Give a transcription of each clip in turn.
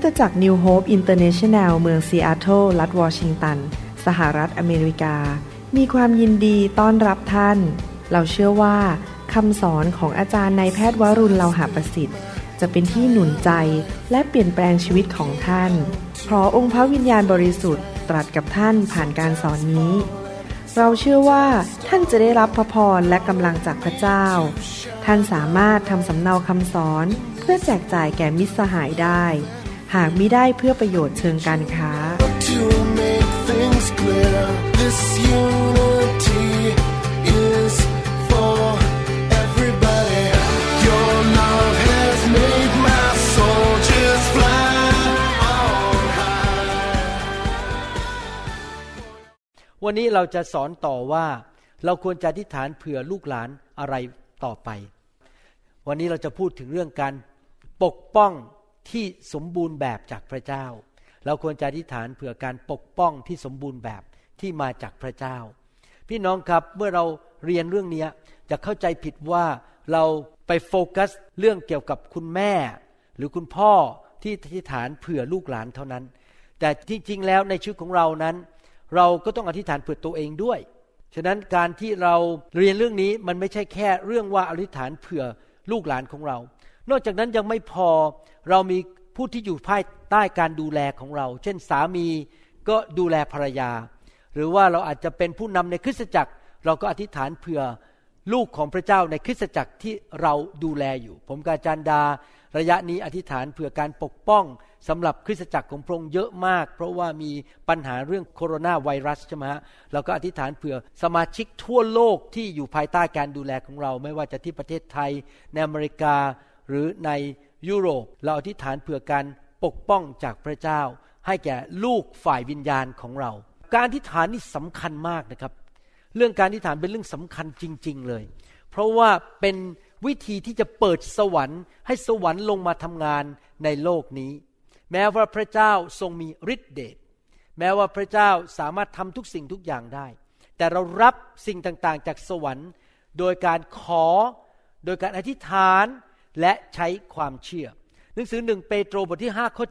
ตจักร New Hope International เมืองซีแอตเทิลรัฐวอชิงตันสหรัฐอเมริกามีความยินดีต้อนรับท่านเราเชื่อว่าคำสอนของอาจารย์นายแพทย์วรุณ เลาหะประสิทธิ์จะเป็นที่หนุนใจและเปลี่ยนแปลงชีวิตของท่านขอองค์พระวิญญาณบริสุทธิ์ตรัสกับท่านผ่านการสอนนี้เราเชื่อว่าท่านจะได้รับพระพรและกำลังจากพระเจ้าท่านสามารถทำสำเนาคำสอนเพื่อแจกจ่ายแก่มิตรสหายได้หากมิได้เพื่อประโยชน์เชิงการค้าวันนี้เราจะสอนต่อว่าเราควรจะอธิษฐานเผื่อลูกหลานอะไรต่อไปวันนี้เราจะพูดถึงเรื่องการปกป้องที่สมบูรณ์แบบจากพระเจ้าเราควรจะอธิษฐานเผื่อการปกป้องที่สมบูรณ์แบบที่มาจากพระเจ้าพี่น้องครับเมื่อเราเรียนเรื่องนี้จะเข้าใจผิดว่าเราไปโฟกัสเรื่องเกี่ยวกับคุณแม่หรือคุณพ่อที่อธิษฐานเผื่อลูกหลานเท่านั้นแต่จริงๆแล้วในชีวิตของเรานั้นเราก็ต้องอธิษฐานเผื่อตัวเองด้วยฉะนั้นการที่เราเรียนเรื่องนี้มันไม่ใช่แค่เรื่องว่าอธิษฐานเผื่อลูกหลานของเรานอกจากนั้นยังไม่พอเรามีผู้ที่อยู่ภายใต้การดูแลของเราเช่นสามีก็ดูแลภรรยาหรือว่าเราอาจจะเป็นผู้นำในคริสตจักรเราก็อธิษฐานเผื่อลูกของพระเจ้าในคริสตจักรที่เราดูแลอยู่ผมกับอาจารย์ดาระยะนี้อธิษฐานเผื่อการปกป้องสำหรับคริสตจักรของพระองค์เยอะมากเพราะว่ามีปัญหาเรื่องโคโรนาไวรัสใช่ไหมฮะเราก็อธิษฐานเผื่อสมาชิกทั่วโลกที่อยู่ภายใต้การดูแลของเราไม่ว่าจะที่ประเทศไทยในอเมริกาหรือในยุโรปเราอธิษฐานเผื่อการปกป้องจากพระเจ้าให้แก่ลูกฝ่ายวิญญาณของเราการอธิษฐานนี่สำคัญมากนะครับเรื่องการอธิษฐานเป็นเรื่องสำคัญจริงๆเลยเพราะว่าเป็นวิธีที่จะเปิดสวรรค์ให้สวรรค์ลงมาทำงานในโลกนี้แม้ว่าพระเจ้าทรงมีฤทธิ์เดชแม้ว่าพระเจ้าสามารถทำทุกสิ่งทุกอย่างได้แต่เรารับสิ่งต่างๆจากสวรรค์โดยการขอโดยการอธิษฐานและใช้ความเชื่อหนังสือ1เปโตรบทที่5ข้อ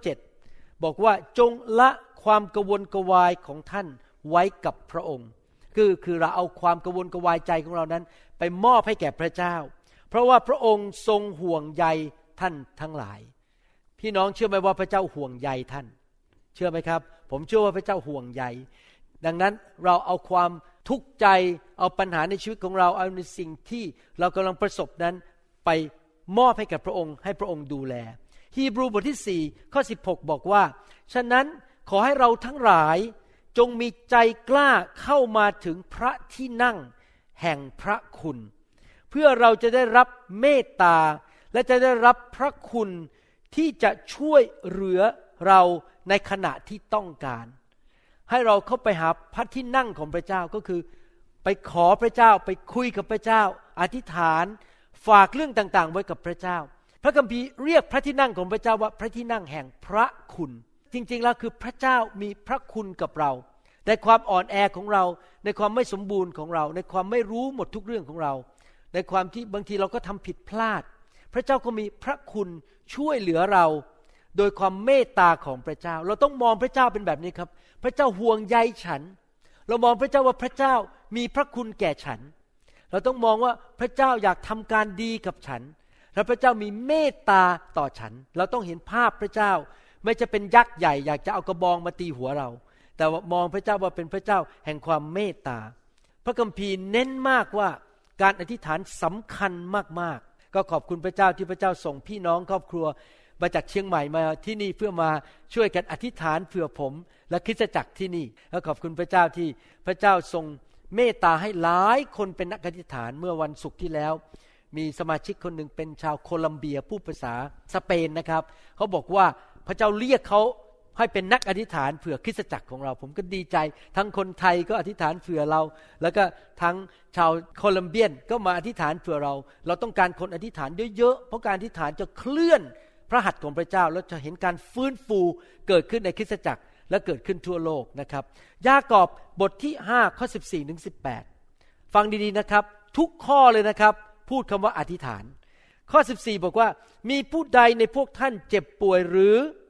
7บอกว่าจงละความกระวนกระวายของท่านไว้กับพระองค์คือเราเอาความกระวนกระวายใจของเรานั้นไปมอบให้แก่พระเจ้าเพราะว่าพระองค์ทรงห่วงใยท่านทั้งหลายพี่น้องเชื่อไหมว่าพระเจ้าห่วงใยท่านเชื่อไหมครับผมเชื่อว่าพระเจ้าห่วงใยดังนั้นเราเอาความทุกข์ใจเอาปัญหาในชีวิตของเราเอาในสิ่งที่เรากำลังประสบนั้นไปมอบให้กับพระองค์ให้พระองค์ดูแลฮีบรูบทที่4ข้อ16บอกว่าฉะนั้นขอให้เราทั้งหลายจงมีใจกล้าเข้ามาถึงพระที่นั่งแห่งพระคุณเพื่อเราจะได้รับเมตตาและจะได้รับพระคุณที่จะช่วยเหลือเราในขณะที่ต้องการให้เราเข้าไปหาพระที่นั่งของพระเจ้าก็คือไปขอพระเจ้าไปคุยกับพระเจ้าอธิษฐานฝากเรื่องต่างๆไว้กับพระเจ้าพระคัมภีร์เรียกพระที่นั่งของพระเจ้าว่าพระที่นั่งแห่งพระคุณจริงๆแล้วคือพระเจ้ามีพระคุณกับเราในความอ่อนแอของเราในความไม่สมบูรณ์ของเราในความไม่รู้หมดทุกเรื่องของเราในความที่บางทีเราก็ทำผิดพลาดพระเจ้าก็มีพระคุณช่วยเหลือเราโดยความเมตตาของพระเจ้าเราต้องมองพระเจ้าเป็นแบบนี้ครับพระเจ้าห่วงใยฉันเรามองพระเจ้าว่าพระเจ้ามีพระคุณแก่ฉันเราต้องมองว่าพระเจ้าอยากทำการดีกับฉันและพระเจ้ามีเมตตาต่อฉันเราต้องเห็นภาพพระเจ้าไม่จะเป็นยักษ์ใหญ่อยากจะเอากระบองมาตีหัวเราแต่ว่ามองพระเจ้าว่าเป็นพระเจ้าแห่งความเมตตาพระคัมภีร์เน้นมากว่าการอธิษฐานสำคัญมากๆก็ขอบคุณพระเจ้าที่พระเจ้าส่งพี่น้องครอบครัวมาจากเชียงใหม่มาที่นี่เพื่อมาช่วยกันอธิษฐานเผื่อผมและคริสตจักรที่นี่และขอบคุณพระเจ้าที่พระเจ้าทรงเมตตาให้หลายคนเป็นนักอธิษฐานเมื่อวันศุกร์ที่แล้วมีสมาชิกคนหนึ่งเป็นชาวโคลัมเบียพูดภาษาสเปนนะครับเขาบอกว่าพระเจ้าเรียกเขาให้เป็นนักอธิษฐานเผื่อคริสตจักรของเราผมก็ดีใจทั้งคนไทยก็อธิษฐานเผื่อเราแล้วก็ทั้งชาวโคลัมเบียนก็มาอธิษฐานเผื่อเราต้องการคนอธิษฐานเยอะๆเพราะการอธิษฐานจะเคลื่อนพระหัตถ์ของพระเจ้าแล้วจะเห็นการฟื้นฟูเกิดขึ้นในคริสตจักรและเกิดขึ้นทั่วโลกนะครับยากอบบทที่5ข้อ14ถึง18ฟังดีๆนะครับทุกข้อเลยนะครับพูดคำว่าอธิษฐานข้อ14บอกว่ามีผู้ใดในพวกท่านเจ็บป่วยหรือ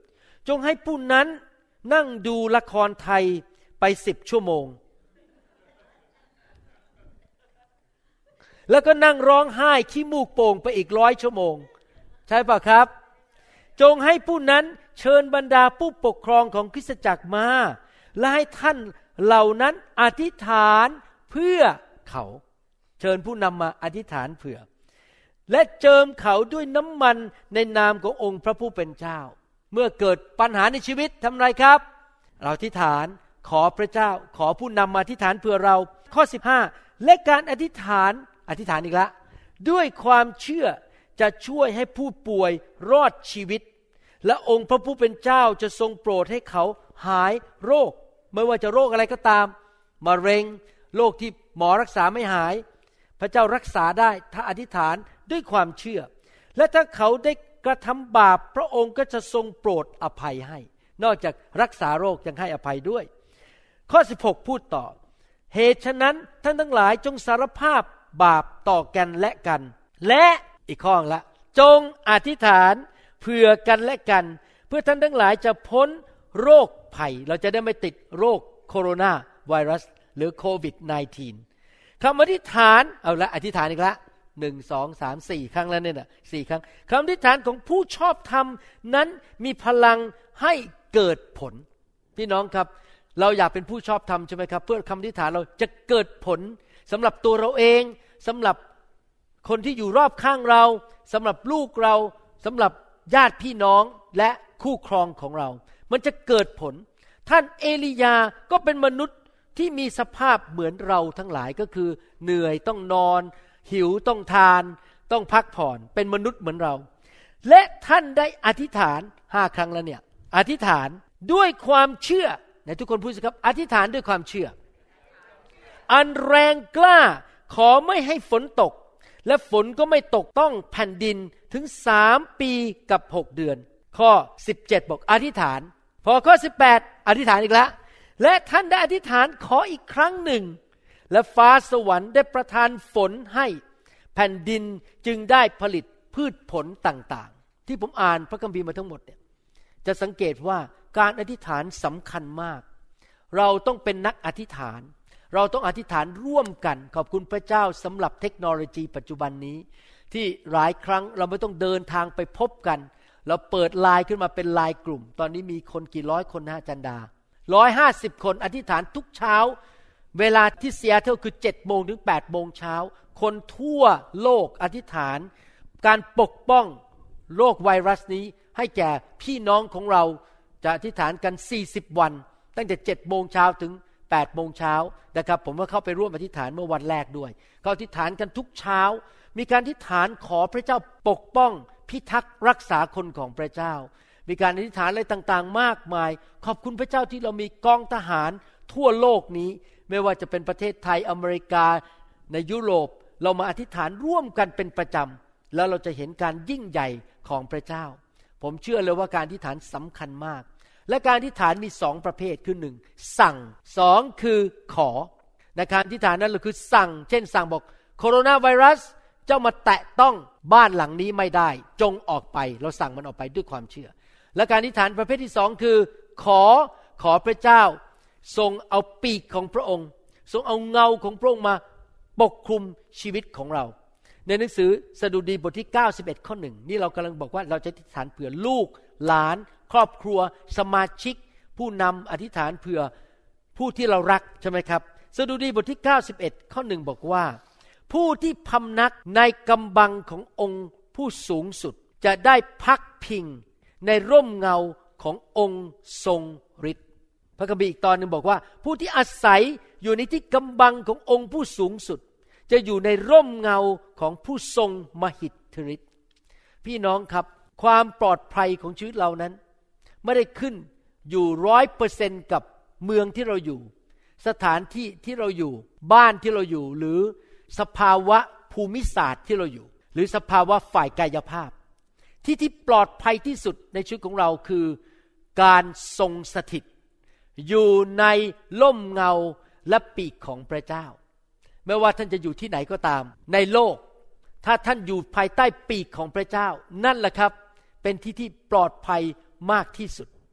จงให้ผู้นั้นนั่งดูละครไทยไป10 ชั่วโมงแล้วก็นั่งร้องไห้ขี้มูกโป่งไปอีก100 ชั่วโมงใช่ป่ะครับจงให้ผู้นั้นเชิญบรรดาผู้ปกครองของคริสตจักรมาและให้ท่านเหล่านั้นอธิษฐานเพื่อเขาเชิญผู้นำมาอธิษฐานเผื่อและเจิมเขาด้วยน้ำมันในนามขององค์พระผู้เป็นเจ้าเมื่อเกิดปัญหาในชีวิตทำไรครับเราอธิษฐานขอพระเจ้าขอผู้นำมาอธิษฐานเผื่อเราข้อ15และการอธิษฐานอีกละด้วยความเชื่อจะช่วยให้ผู้ป่วยรอดชีวิตและองค์พระผู้เป็นเจ้าจะทรงโปรดให้เขาหายโรคไม่ว่าจะโรคอะไรก็ตามมะเร็งโรคที่หมอรักษาไม่หายพระเจ้ารักษาได้ถ้าอธิษฐานด้วยความเชื่อและถ้าเขาได้กระทำบาปพระองค์ก็จะทรงโปรดอภัยให้นอกจากรักษาโรคยังให้อภัยด้วยข้อ16พูดต่อเหตุฉะนั้นท่านทั้งหลายจงสารภาพบาปต่อกันและกันและอีกข้อละจงอธิษฐานเผื่อกันและกันเพื่อท่านทั้งหลายจะพ้นโรคภัยเราจะได้ไม่ติดโรคโคโรนาไวรัสหรือโควิด -19 คำอธิษฐานเอาละอธิษฐานอีกละ1 2 3 4 ครั้งแล้วเนี่ยนะ4 ครั้งคำอธิษฐานของผู้ชอบธรรมนั้นมีพลังให้เกิดผลพี่น้องครับเราอยากเป็นผู้ชอบธรรมใช่ไหมครับเพื่อคำอธิษฐานเราจะเกิดผลสำหรับตัวเราเองสำหรับคนที่อยู่รอบข้างเราสำหรับลูกเราสำหรับญาติพี่น้องและคู่ครองของเรามันจะเกิดผลท่านเอลียาก็เป็นมนุษย์ที่มีสภาพเหมือนเราทั้งหลายก็คือเหนื่อยต้องนอนหิวต้องทานต้องพักผ่อนเป็นมนุษย์เหมือนเราและท่านได้อธิษฐาน5 ครั้งแล้วเนี่ยอธิษฐานด้วยความเชื่อไหนทุกคนพูดสิครับอธิษฐานด้วยความเชื่ออันแรงกล้าขอไม่ให้ฝนตกและฝนก็ไม่ตกต้องแผ่นดินถึง3 ปีกับ 6 เดือนข้อ17บอกอธิษฐานพอข้อ18อธิษฐานอีกแล้วและท่านได้อธิษฐานขออีกครั้งหนึ่งและฟ้าสวรรค์ได้ประทานฝนให้แผ่นดินจึงได้ผลิตพืชผลต่างๆที่ผมอ่านพระคัมภีร์มาทั้งหมดเนี่ยจะสังเกตว่าการอธิษฐานสำคัญมากเราต้องเป็นนักอธิษฐานเราต้องอธิษฐานร่วมกันขอบคุณพระเจ้าสำหรับเทคโนโลยีปัจจุบันนี้ที่หลายครั้งเราไม่ต้องเดินทางไปพบกันเราเปิดไลน์ขึ้นมาเป็นไลน์กลุ่มตอนนี้มีคนกี่ร้อยคนนะอาจารย์ดา150 คนอธิษฐานทุกเช้าเวลาที่ซีแอตเทิลคือ7 โมงถึง8 โมงเช้าคนทั่วโลกอธิษฐานการปกป้องโรคไวรัสนี้ให้แก่พี่น้องของเราจะอธิษฐานกัน40 วันตั้งแต่7 โมงเช้าถึง8 โมงเช้านะครับผมก็เข้าไปร่วมอธิษฐานเมื่อวันแรกด้วยก็อธิษฐานกันทุกเช้ามีการอธิษฐานขอพระเจ้าปกป้องพิทักษ์รักษาคนของพระเจ้ามีการอธิษฐานอะไรต่างๆมากมายขอบคุณพระเจ้าที่เรามีกองทหารทั่วโลกนี้ไม่ว่าจะเป็นประเทศไทยอเมริกาในยุโรปเรามาอธิษฐานร่วมกันเป็นประจำแล้วเราจะเห็นการยิ่งใหญ่ของพระเจ้าผมเชื่อเลยว่าการอธิษฐานสำคัญมากและการอธิษฐานมี2 ประเภทคือ1สั่ง2คือขอในการอธิษฐานนั้นเราคือสั่งเช่นสั่งบอกโคโรนาไวรัสเจ้ามาแตะต้องบ้านหลังนี้ไม่ได้จงออกไปเราสั่งมันออกไปด้วยความเชื่อและการอธิษฐานประเภทที่2คือขอพระเจ้าทรงเอาปีกของพระองค์ทรงเอาเงาของพระองค์มาปกคลุมชีวิตของเราในหนังสือสดุดีบทที่91ข้อ1นี่เรากำลังบอกว่าเราจะอธิษฐานเผื่อลูกหลานครอบครัวสมาชิกผู้นำอธิษฐานเผื่อผู้ที่เรารักใช่ไหมครับสดุดีบทที่91ข้อ1บอกว่าผู้ที่พำนักในกำบังขององค์ผู้สูงสุดจะได้พักพิงในร่มเงาขององค์ทรงฤทธิ์พระคัมภีร์อีกตอนนึงบอกว่าผู้ที่อาศัยอยู่ในที่กำบังขององค์ผู้สูงสุดจะอยู่ในร่มเงาของผู้ทรงมหิทธิฤทธิ์พี่น้องครับความปลอดภัยของชีวิตเรานั้นไม่ได้ขึ้นอยู่ 100% กับเมืองที่เราอยู่สถานที่ที่เราอยู่บ้านที่เราอยู่หรือสภาวะภูมิศาสตร์ที่เราอยู่หรือสภาวะฝ่ายกายภาพที่ปลอดภัยที่สุดในชีวิตของเราคือการทรงสถิตอยู่ในร่มเงาและปีกของพระเจ้าไม่ว่าท่านจะอยู่ที่ไหนก็ตามในโลกถ้าท่านอยู่ภายใต้ปีกของพระเจ้านั่นแหละครับเป็นที่ปลอดภัยมากที่สุด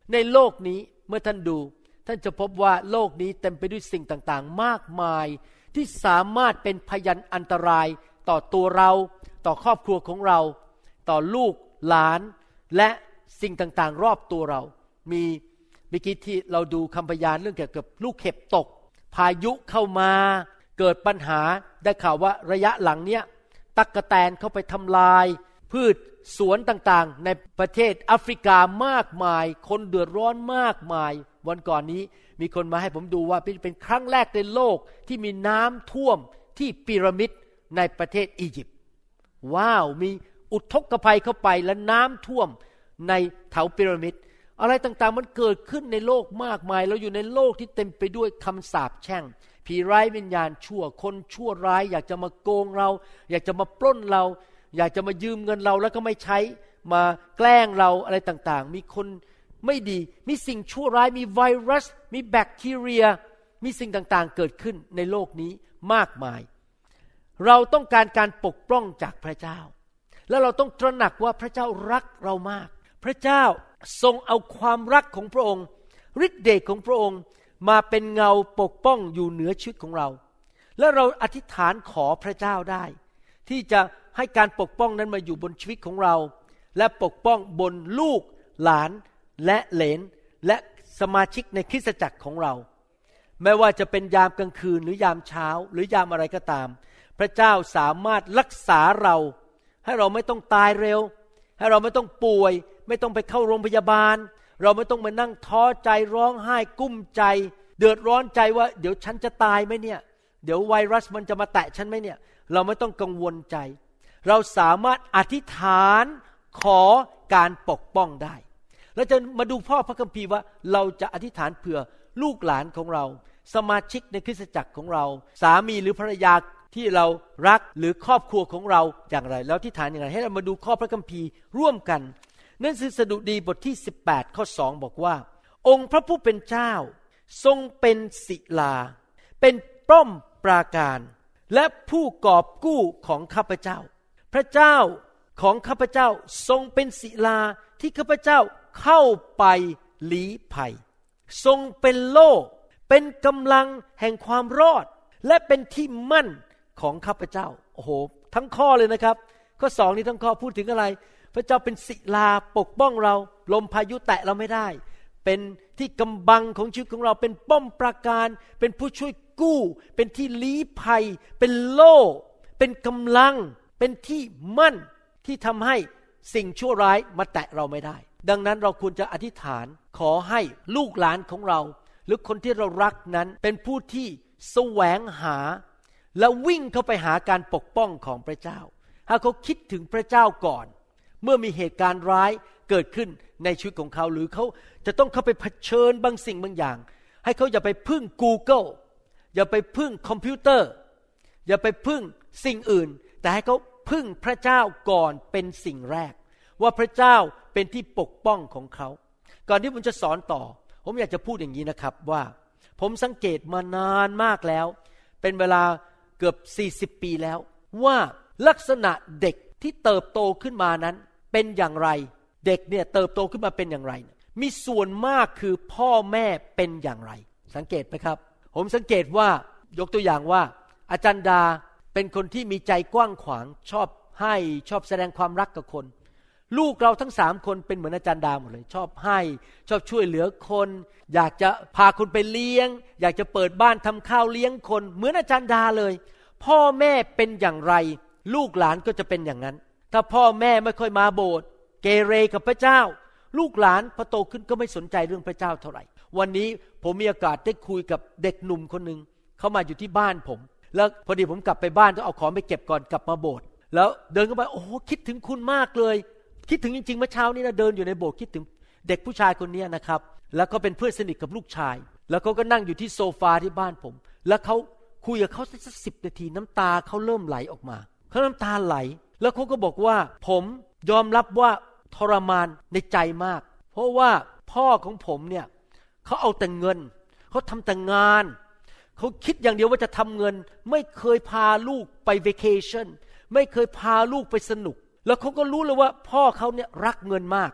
ในโลกนี้เมื่อท่านดูท่านจะพบว่าโลกนี้เต็มไปด้วยสิ่งต่างๆมากมายที่สามารถเป็นพยันอันตรายต่อตัวเราต่อครอบครัวของเราต่อลูกหลานและสิ่งต่างๆรอบตัวเรามีเมื่อกี้ที่เราดูคำพยานเรื่องเกี่ยวกับลูกเห็บตกพายุเข้ามาเกิดปัญหาได้ข่าวว่าระยะหลังเนี้ยตั๊กแตนเข้าไปทำลายพืชสวนต่างๆในประเทศแอฟริกามากมายคนเดือดร้อนมากมายวันก่อนนี้มีคนมาให้ผมดูว่าเป็นครั้งแรกในโลกที่มีน้ำท่วมที่พีระมิดในประเทศอียิปต์ว้าวมีอุทกภัยเข้าไปและน้ำท่วมในแถวพีระมิดอะไรต่างๆมันเกิดขึ้นในโลกมากมายเราอยู่ในโลกที่เต็มไปด้วยคำสาปแช่งผีร้ายวิญญาณชั่วคนชั่วร้ายอยากจะมาโกงเราอยากจะมาปล้นเราอยากจะมายืมเงินเราแล้วก็ไม่ใช้มาแกล้งเราอะไรต่างๆมีคนไม่ดีมีสิ่งชั่วร้ายมีไวรัสมีแบคทีเรียมีสิ่งต่างๆเกิดขึ้นในโลกนี้มากมายเราต้องการปกป้องจากพระเจ้าและเราต้องตระหนักว่าพระเจ้ารักเรามากพระเจ้าทรงเอาความรักของพระองค์ฤทธิ์เดชของพระองค์มาเป็นเงาปกป้องอยู่เหนือชีวิตของเราและเราอธิษฐานขอพระเจ้าได้ที่จะให้การปกป้องนั้นมาอยู่บนชีวิตของเราและปกป้องบนลูกหลานและเหลนและสมาชิกในคริสตจักรของเราไม่ว่าจะเป็นยามกลางคืนหรือยามเช้าหรือยามอะไรก็ตามพระเจ้าสามารถรักษาเราให้เราไม่ต้องตายเร็วให้เราไม่ต้องป่วยไม่ต้องไปเข้าโรงพยาบาลเราไม่ต้องมานั่งท้อใจร้องไห้กุ้มใจเดือดร้อนใจว่าเดี๋ยวฉันจะตายไหมเนี่ยเดี๋ยวไวรัสมันจะมาแตะฉันไหมเนี่ยเราไม่ต้องกังวลใจเราสามารถอธิษฐานขอการปกป้องได้เราจะมาดูพ่อพระคัมภีร์ว่าเราจะอธิษฐานเผื่อลูกหลานของเราสมาชิกในคริสตจักรของเราสามีหรือภรรยาที่เรารักหรือครอบครัวของเราอย่างไรแล้วอธิษฐานอย่างไรให้เรามาดูข้อพระคัมภีร์ร่วมกันหนังสือสดุดีบทที่18ข้อ2บอกว่าองค์พระผู้เป็นเจ้าทรงเป็นศิลาเป็นป้อมปราการและผู้กอบกู้ของข้าพเจ้าพระเจ้าของข้าพเจ้าทรงเป็นศิลาที่ข้าพเจ้าเข้าไปลี้ภัยทรงเป็นโล่เป็นกำลังแห่งความรอดและเป็นที่มั่นของข้าพเจ้าโอ้โหทั้งข้อเลยนะครับข้อ2นี้ทั้งข้อพูดถึงอะไรพระเจ้าเป็นศิลาปกป้องเราลมพายุแตะเราไม่ได้เป็นที่กำบังของชีวิตของเราเป็นป้อมปราการเป็นผู้ช่วยกู้เป็นที่ลี้ภัยเป็นโล่เป็นกำลังเป็นที่มั่นที่ทำให้สิ่งชั่วร้ายมาแตะเราไม่ได้ดังนั้นเราควรจะอธิษฐานขอให้ลูกหลานของเราหรือคนที่เรารักนั้นเป็นผู้ที่แสวงหาและวิ่งเข้าไปหาการปกป้องของพระเจ้าถ้าเขาคิดถึงพระเจ้าก่อนเมื่อมีเหตุการณ์ร้ายเกิดขึ้นในชีวิตของเขาหรือเขาจะต้องเข้าไปเผชิญบางสิ่งบางอย่างให้เขาอย่าไปพึ่ง Google อย่าไปพึ่งคอมพิวเตอร์อย่าไปพึ่งสิ่งอื่นแต่ให้เขาพึ่งพระเจ้าก่อนเป็นสิ่งแรกว่าพระเจ้าเป็นที่ปกป้องของเขาก่อนที่ผมจะสอนต่อผมอยากจะพูดอย่างนี้นะครับว่าผมสังเกตมานานมากแล้วเป็นเวลาเกือบ40ปีแล้วว่าลักษณะเด็กที่เติบโตขึ้นมานั้นเป็นอย่างไรเด็กเนี่ยเติบโตขึ้นมาเป็นอย่างไรมีส่วนมากคือพ่อแม่เป็นอย่างไรสังเกตไหมครับผมสังเกตว่ายกตัวอย่างว่าอาจารย์ดาเป็นคนที่มีใจกว้างขวางชอบให้ชอบแสดงความรักกับคนลูกเราทั้ง3คนเป็นเหมือนอาจารย์ดาหมดเลยชอบให้ชอบช่วยเหลือคนอยากจะพาคนไปเลี้ยงอยากจะเปิดบ้านทำข้าวเลี้ยงคนเหมือนอาจารย์ดาเลยพ่อแม่เป็นอย่างไรลูกหลานก็จะเป็นอย่างนั้นถ้าพ่อแม่ไม่ค่อยมาโบสถ์เกเรกับพระเจ้าลูกหลานพอโตขึ้นก็ไม่สนใจเรื่องพระเจ้าเท่าไหร่วันนี้ผมมีโอกาสได้คุยกับเด็กหนุ่มคนนึงเขามาอยู่ที่บ้านผมแล้วพอดีผมกลับไปบ้านต้องเอาของไปเก็บก่อนกลับมาโบสถ์แล้วเดินเข้าไปโอ้โหคิดถึงคุณมากเลยคิดถึงจริงๆเมื่อเช้านี้นะเดินอยู่ในโบสถ์คิดถึงเด็กผู้ชายคนนี้นะครับแล้วก็เป็นเพื่อนสนิทกับลูกชายแล้วเขาก็นั่งอยู่ที่โซฟาที่บ้านผมแล้วเขาคุยกับเขาสัก10 นาทีน้ำตาเขาเริ่มไหลออกมาเขาน้ำตาไหลแล้วเขาก็บอกว่าผมยอมรับว่าทรมานในใจมากเพราะว่าพ่อของผมเนี่ยเขาเอาแต่เงินเขาทำแต่งานเขาคิดอย่างเดียวว่าจะทำเงินไม่เคยพาลูกไปเวเคชั่นไม่เคยพาลูกไปสนุกแล้วเขาก็รู้เลยว่าพ่อเขาเนี่ยรักเงินมาก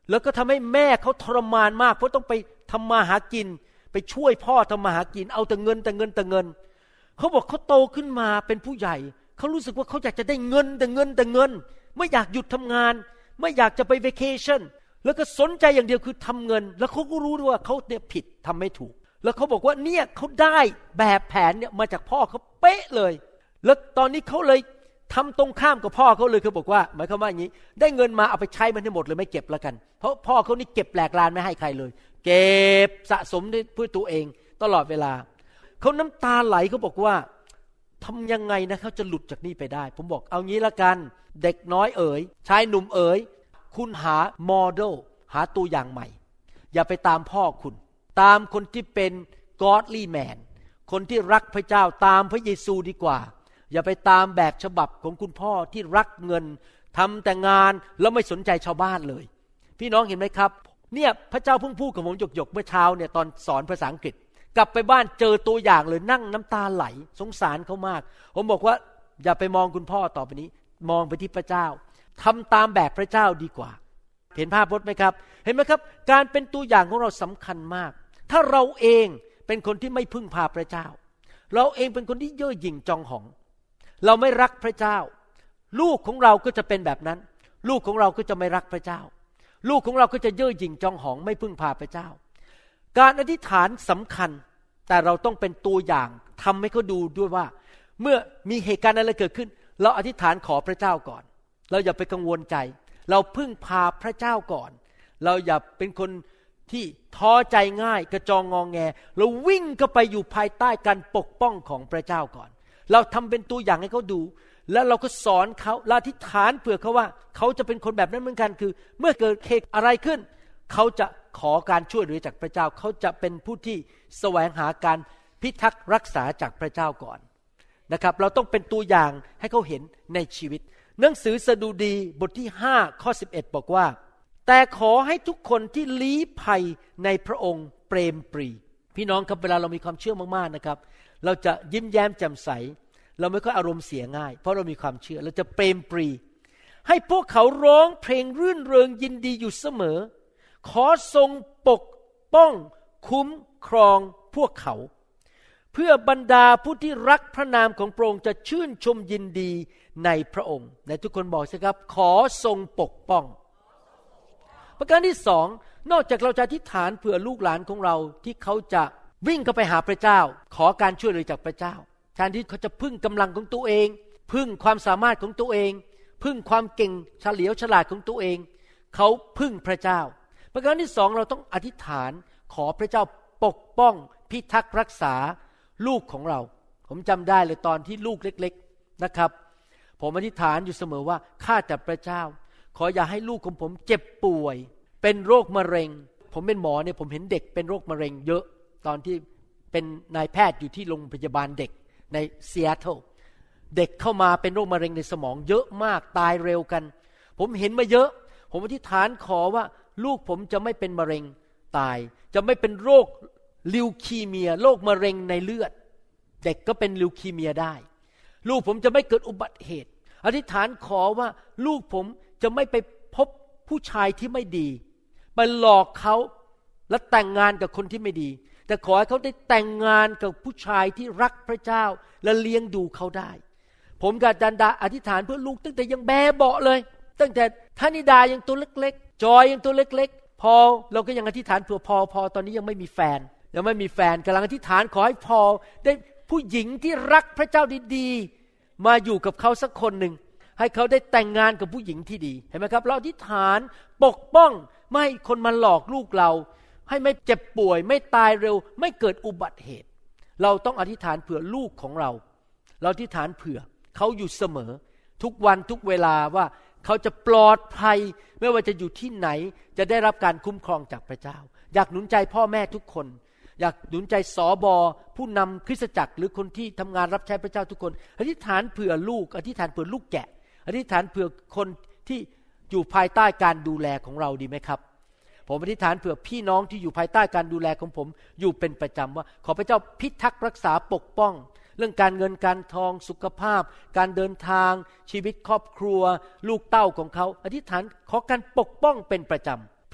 แล้วก็ทำให้แม่เขาทรมานมากเพราะต้องไปทำมาหากินไปช่วยพ่อทำมาหากินเอาแต่เงินเขาบอกเขาโตขึ้นมาเป็นผู้ใหญ่เขารู้สึกว่าเขาอยากจะได้เงินแต่เงินไม่อยากหยุดทำงานไม่อยากจะไปเวเคชั่นแล้วก็สนใจอย่างเดียวคือทำเงินแล้วเขาก็รู้ด้วยว่าเขาเนี่ยผิดทำไม่ถูกแล้วเขาบอกว่าเนี่ยเขาได้แบบแผนเนี่ยมาจากพ่อเขาเป๊ะเลยแล้วตอนนี้เขาเลยทำตรงข้ามกับพ่อเขาเลยเขาบอกว่าหมายความว่าอย่างนี้ได้เงินมาเอาไปใช้มันให้หมดเลยไม่เก็บแล้วกันเพราะพ่อเขานี่เก็บแหลกลานไม่ให้ใครเลยเก็บสะสมเพื่อตัวเองตลอดเวลาเขาน้ำตาไหลเขาบอกว่าทำยังไงนะเขาจะหลุดจากนี่ไปได้ผมบอกเอางี้ละกันเด็กน้อยเอ๋ยชายหนุ่มเอ๋ยคุณหาโมเดลหาตัวอย่างใหม่อย่าไปตามพ่อคุณตามคนที่เป็น godly man คนที่รักพระเจ้าตามพระเยซูดีกว่าอย่าไปตามแบบฉบับของคุณพ่อที่รักเงินทำแต่งานแล้วไม่สนใจชาวบ้านเลยพี่น้องเห็นไหมครับเนี่ยพระเจ้าเพิ่งพูดกับผมหยกๆเมื่อเช้าเนี่ยตอนสอนภาษาอังกฤษกลับไปบ้านเจอตัวอย่างเลยนั่งน้ำตาไหลสงสารเขามากผมบอกว่าอย่าไปมองคุณพ่อต่อไปนี้มองไปที่พระเจ้าทำตามแบบพระเจ้าดีกว่าเห็นภาพพจน์ไหมครับเห็นไหมครับการเป็นตัวอย่างของเราสำคัญมากถ้าเราเองเป็นคนที่ไม่พึ่งพาพระเจ้าเราเองเป็นคนที่เย่อหยิ่งจองหองเราไม่รักพระเจ้าลูกของเราก็จะเป็นแบบนั้นลูกของเราก็จะไม่รักพระเจ้าลูกของเราก็จะเย่อหยิ่งจองหองไม่พึ่งพาพระเจ้าการอธิษฐานสำคัญแต่เราต้องเป็นตัวอย่างทำให้เขาดูด้วยว่าเมื่อมีเหตุการณ์อะไรเกิดขึ้นเราอธิษฐานขอพระเจ้าก่อนเราอย่าไปกังวลใจเราพึ่งพาพระเจ้าก่อนเราอย่าเป็นคนที่ท้อใจง่ายกระจองงอแงเราวิ่งเข้าไปอยู่ภายใต้การปกป้องของพระเจ้าก่อนเราทำเป็นตัวอย่างให้เขาดูแล้วเราก็สอนเขาอธิษฐานเผื่อเขาว่าเขาจะเป็นคนแบบนั้นเหมือนกันคือเมื่อเกิดเหตุอะไรขึ้นเขาจะขอการช่วยเหลือจากพระเจ้าเขาจะเป็นผู้ที่แสวงหาการพิทักษ์รักษาจากพระเจ้าก่อนนะครับเราต้องเป็นตัวอย่างให้เขาเห็นในชีวิตหนังสือสดุดีบทที่5ข้อ11บอกว่าแต่ขอให้ทุกคนที่ลี้ภัยในพระองค์เปรมปรีพี่น้องครับเวลาเรามีความเชื่อมากๆนะครับเราจะยิ้มแย้มแจ่มใสเราไม่ค่อยอารมณ์เสียง่ายเพราะเรามีความเชื่อเราจะเปรมปรีให้พวกเขาร้องเพลงรื่นเริงยินดีอยู่เสมอขอทรงปกป้องคุ้มครองพวกเขาเพื่อบรรดาผู้ที่รักพระนามของพระองค์จะชื่นชมยินดีในพระองค์ในทุกคนบอกสิครับขอทรงปกป้องประการที่สองนอกจากเราจะอธิษฐานเผื่อลูกหลานของเราที่เขาจะวิ่งเข้าไปหาพระเจ้าขอการช่วยเหลือจากพระเจ้าแทนที่เขาจะพึ่งกำลังของตัวเองพึ่งความสามารถของตัวเองพึ่งความเก่งเฉลียวฉลาดของตัวเองเขาพึ่งพระเจ้าประการที่สองเราต้องอธิษฐานขอพระเจ้าปกป้องพิทักษ์รักษาลูกของเราผมจำได้เลยตอนที่ลูกเล็กๆนะครับผมอธิษฐานอยู่เสมอว่าข้าแต่พระเจ้าขออย่าให้ลูกของผมเจ็บป่วยเป็นโรคมะเร็งผมเป็นหมอเนี่ยผมเห็นเด็กเป็นโรคมะเร็งเยอะตอนที่เป็นนายแพทย์อยู่ที่โรงพยาบาลเด็กในซีแอตเทิลเด็กเข้ามาเป็นโรคมะเร็งในสมองเยอะมากตายเร็วกันผมเห็นมาเยอะผมอธิษฐานขอว่าลูกผมจะไม่เป็นมะเร็งตายจะไม่เป็นโรคลิวคีเมียโรคมะเร็งในเลือดเด็กก็เป็นลิวคีเมียได้ลูกผมจะไม่เกิดอุบัติเหตุอธิษฐานขอว่าลูกผมจะไม่ไปพบผู้ชายที่ไม่ดีไปหลอกเขาและแต่งงานกับคนที่ไม่ดีแต่ขอให้เขาได้แต่งงานกับผู้ชายที่รักพระเจ้าและเลี้ยงดูเขาได้ผมกับจันดาอธิษฐานเพื่อลูกตั้งแต่ยังแบเบาะเลยตั้งแต่ธนิดายังตัวเล็กๆจอยยังตัวเล็กๆพอเราก็ยังอธิษฐานเผื่อพอตอนนี้ยังไม่มีแฟนกำลังอธิษฐานขอให้พอได้ผู้หญิงที่รักพระเจ้าดีๆมาอยู่กับเขาสักคนหนึ่งให้เขาได้แต่งงานกับผู้หญิงที่ดีเห็นไหมครับเราอธิษฐานปกป้องไม่ให้คนมาหลอกลูกเราให้ไม่เจ็บป่วยไม่ตายเร็วไม่เกิดอุบัติเหตุเราต้องอธิษฐานเผื่อลูกของเราอธิษฐานเผื่อเขาอยู่เสมอทุกวันทุกเวลาว่าเขาจะปลอดภัยไม่ว่าจะอยู่ที่ไหนจะได้รับการคุ้มครองจากพระเจ้าอยากหนุนใจพ่อแม่ทุกคนอยากหนุนใจสบผู้นำคริสตจักรหรือคนที่ทำงานรับใช้พระเจ้าทุกคนอธิษฐานเผื่อลูกอธิษฐานเผื่อลูกแกะอธิษฐานเผื่อคนที่อยู่ภายใต้การดูแลของเราดีไหมครับผมอธิษฐานเผื่อพี่น้องที่อยู่ภายใต้การดูแลของผมอยู่เป็นประจำว่าขอพระเจ้าพิทักษ์รักษาปกป้องเรื่องการเงินการทองสุขภาพการเดินทางชีวิตครอบครัวลูกเต้าของเขาอธิษฐานขอการปกป้องเป็นประจำ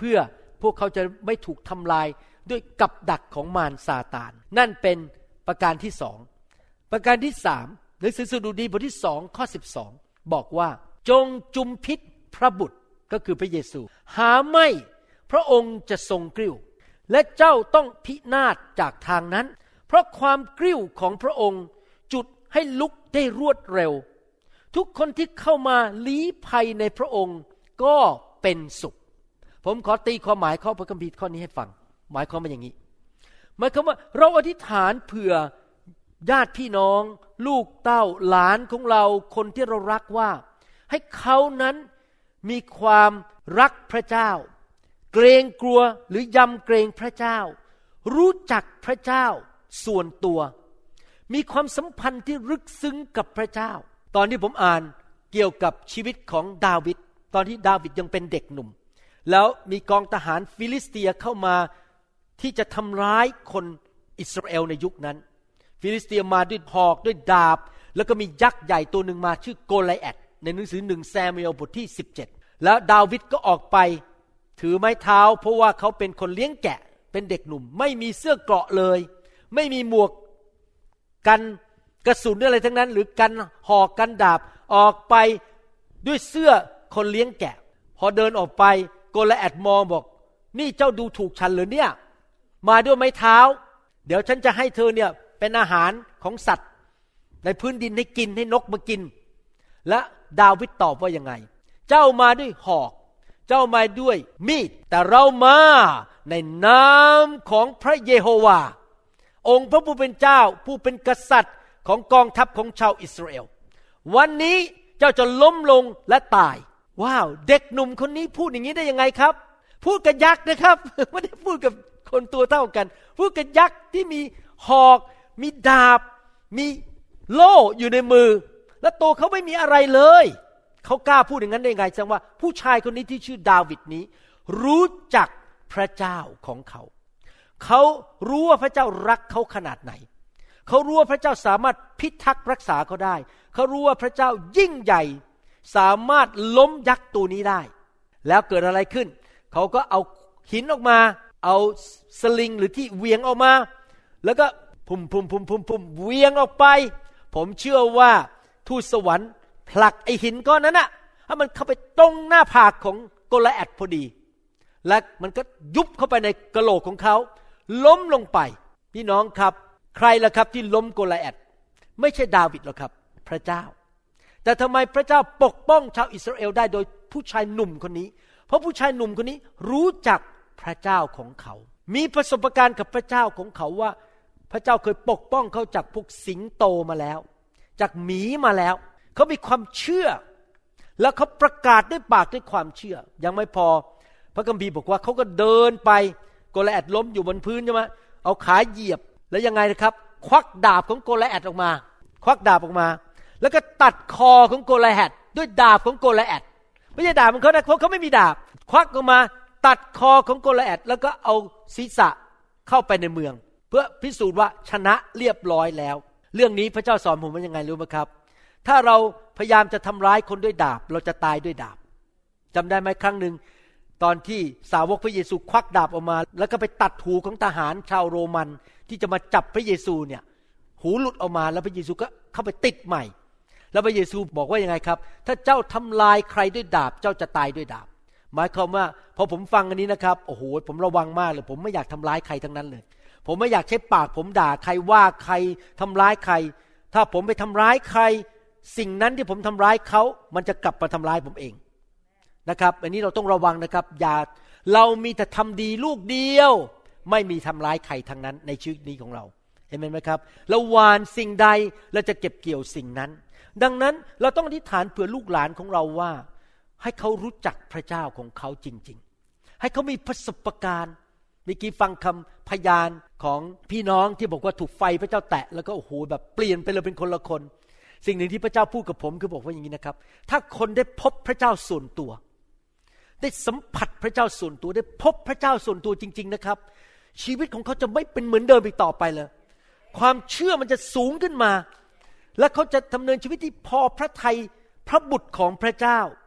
พื่อพวกเขาจะไม่ถูกทำลายด้วยกับดักของมารซาตานนั่นเป็นประการที่สองประการที่สามหนังสือสดุดีบทที่2ข้อ12บอกว่าจงจุมพิษพระบุตรก็คือพระเยซูหาไม่พระองค์จะทรงกริ้วและเจ้าต้องพินาศจากทางนั้นเพราะความกริ้วของพระองค์จุดให้ลุกได้รวดเร็วทุกคนที่เข้ามาลี้ภัยในพระองค์ก็เป็นสุขผมขอตีความหมายข้อพระคัมภีร์ข้อนี้ให้ฟังหมายความว่าอย่างนี้หมายความว่าเราอธิษฐานเผื่อญาติพี่น้องลูกเต้าหลานของเราคนที่เรารักว่าให้เขานั้นมีความรักพระเจ้าเกรงกลัวหรือยำเกรงพระเจ้ารู้จักพระเจ้าส่วนตัวมีความสัมพันธ์ที่ลึกซึ้งกับพระเจ้าตอนที่ผมอ่านเกี่ยวกับชีวิตของดาวิดตอนที่ดาวิดยังเป็นเด็กหนุ่มแล้วมีกองทหารฟิลิสเตียเข้ามาที่จะทำร้ายคนอิสราเอลในยุคนั้นฟิลิสเตียมาด้วยหอกด้วยดาบแล้วก็มียักษ์ใหญ่ตัวหนึ่งมาชื่อโกลิแอธในหนังสือ1แซมูเอลบทที่17แล้วดาวิดก็ออกไปถือไม้เท้าเพราะว่าเขาเป็นคนเลี้ยงแกะเป็นเด็กหนุ่มไม่มีเสื้อเกราะเลยไม่มีหมวกกันกระสุนอะไรทั้งนั้นหรือกันหอกกันดาบออกไปด้วยเสื้อคนเลี้ยงแกะพอเดินออกไปโกลิแอธมองบอกนี่เจ้าดูถูกฉันหรือเนี่ยมาด้วยไม้เท้าเดี๋ยวฉันจะให้เธอเนี่ยเป็นอาหารของสัตว์ในพื้นดินให้กินให้นกมากินและดาวิดตอบว่ายังไงเจ้ามาด้วยหอกเจ้ามาด้วยมีดแต่เรามาในนามของพระเยโฮวาองค์พระผู้เป็นเจ้าผู้เป็นกษัตริย์ของกองทัพของชาวอิสราเอลวันนี้เจ้าจะล้มลงและตายว้าวเด็กหนุ่มคนนี้พูดอย่างนี้ได้ยังไงครับพูดกับยักษ์นะครับ ไม่ได้พูดกับคนตัวเท่ากันพูดกับยักษ์ที่มีหอกมีดาบมีโล่อยู่ในมือและตัวเขาไม่มีอะไรเลยเขากล้าพูดอย่างนั้นได้ยังไงแสดงว่าผู้ชายคนนี้ที่ชื่อดาวิดนี้รู้จักพระเจ้าของเขาเขารู้ว่าพระเจ้ารักเขาขนาดไหนเขารู้ว่าพระเจ้าสามารถพิทักษ์รักษาเขาได้เขารู้ว่าพระเจ้ายิ่งใหญ่สามารถล้มยักษ์ตัวนี้ได้แล้วเกิดอะไรขึ้นเขาก็เอาหินออกมาเอาสลิงหรือที่เวียงออกมาแล้วก็พุ่มเวียงออกไปผมเชื่อว่าทูตสวรรค์ผลักไอหินก้อนนั้นน่ะให้มันเข้าไปตรงหน้าผากของโกลิแอธพอดีและมันก็ยุบเข้าไปในกะโหลกของเขาล้มลงไปพี่น้องครับใครล่ะครับที่ล้มโกลิแอธไม่ใช่ดาวิดหรอกครับพระเจ้าแต่ทำไมพระเจ้าปกป้องชาวอิสราเอลได้โดยผู้ชายหนุ่มคนนี้เพราะผู้ชายหนุ่มคนนี้รู้จักพระเจ้าของเขามีประสบการณ์กับพระเจ้าของเขาว่าพระเจ้าเคยปกป้องเขาจากพวกสิงโตมาแล้วจากหมีมาแล้วเขามีความเชื่อแล้วเขาประกาศด้วยปากด้วยความเชื่อยังไม่พอพระคัมภีร์บอกว่าเขาก็เดินไปโกลิแอธล้มอยู่บนพื้นใช่ไหมเอาขาเหยียบแล้วยังไงนะครับควักดาบของโกลิแอธออกมาควักดาบออกมาแล้วก็ตัดคอของโกลิแอธด้วยดาบของโกลิแอธไม่ใช่ดาบของเขานะเพราะเขาไม่มีดาบควักออกมาตัดคอของโกลิแอธแล้วก็เอาศีรษะเข้าไปในเมืองเพื่อพิสูจน์ว่าชนะเรียบร้อยแล้วเรื่องนี้พระเจ้าสอนผมว่ายังไงรู้ไหมครับถ้าเราพยายามจะทำร้ายคนด้วยดาบเราจะตายด้วยดาบจำได้ไหมครั้งหนึ่งตอนที่สาวกพระเยซูควักดาบออกมาแล้วก็ไปตัดหูของทหารชาวโรมันที่จะมาจับพระเยซูเนี่ยหูหลุดออกมาแล้วพระเยซูก็เข้าไปติดใหม่แล้วพระเยซูบอกว่ายังไงครับถ้าเจ้าทำลายใครด้วยดาบเจ้าจะตายด้วยดาบหมายความว่าพอผมฟังอันนี้นะครับโอ้โหผมระวังมากเลยผมไม่อยากทำร้ายใครทั้งนั้นเลยผมไม่อยากใช้ปากผมด่าใครว่าใครทำร้ายใครถ้าผมไปทำร้ายใครสิ่งนั้นที่ผมทำร้ายเขามันจะกลับมาทำร้ายผมเองนะครับอันนี้เราต้องระวังนะครับอย่าเรามีแต่ทำดีลูกเดียวไม่มีทำร้ายใครทั้งนั้นในชีวิตนี้ของเราเห็นไหมครับเราหว่านสิ่งใดเราจะเก็บเกี่ยวสิ่งนั้นดังนั้นเราต้องอธิษฐานเผื่อลูกหลานของเราว่าให้เขารู้จักพระเจ้าของเขาจริงๆให้เขามีประสบการณ์เมื่อกี้ฟังคำพยานของพี่น้องที่บอกว่าถูกไฟพระเจ้าแตะแล้วก็โอ้โหแบบเปลี่ยนไปเลยเป็นคนละคนสิ่งหนึ่งที่พระเจ้าพูดกับผมคือบอกว่าอย่างนี้นะครับถ้าคนได้พบพระเจ้าส่วนตัวได้สัมผัสพระเจ้าส่วนตัวได้พบพระเจ้าส่วนตัวจริงๆนะครับชีวิตของเขาจะไม่เป็นเหมือนเดิมอีกต่อไปเลยความเชื่อมันจะสูงขึ้นมาและเขาจะดำเนินชีวิตที่พอพระทัยพระบุตรของพระเจ้า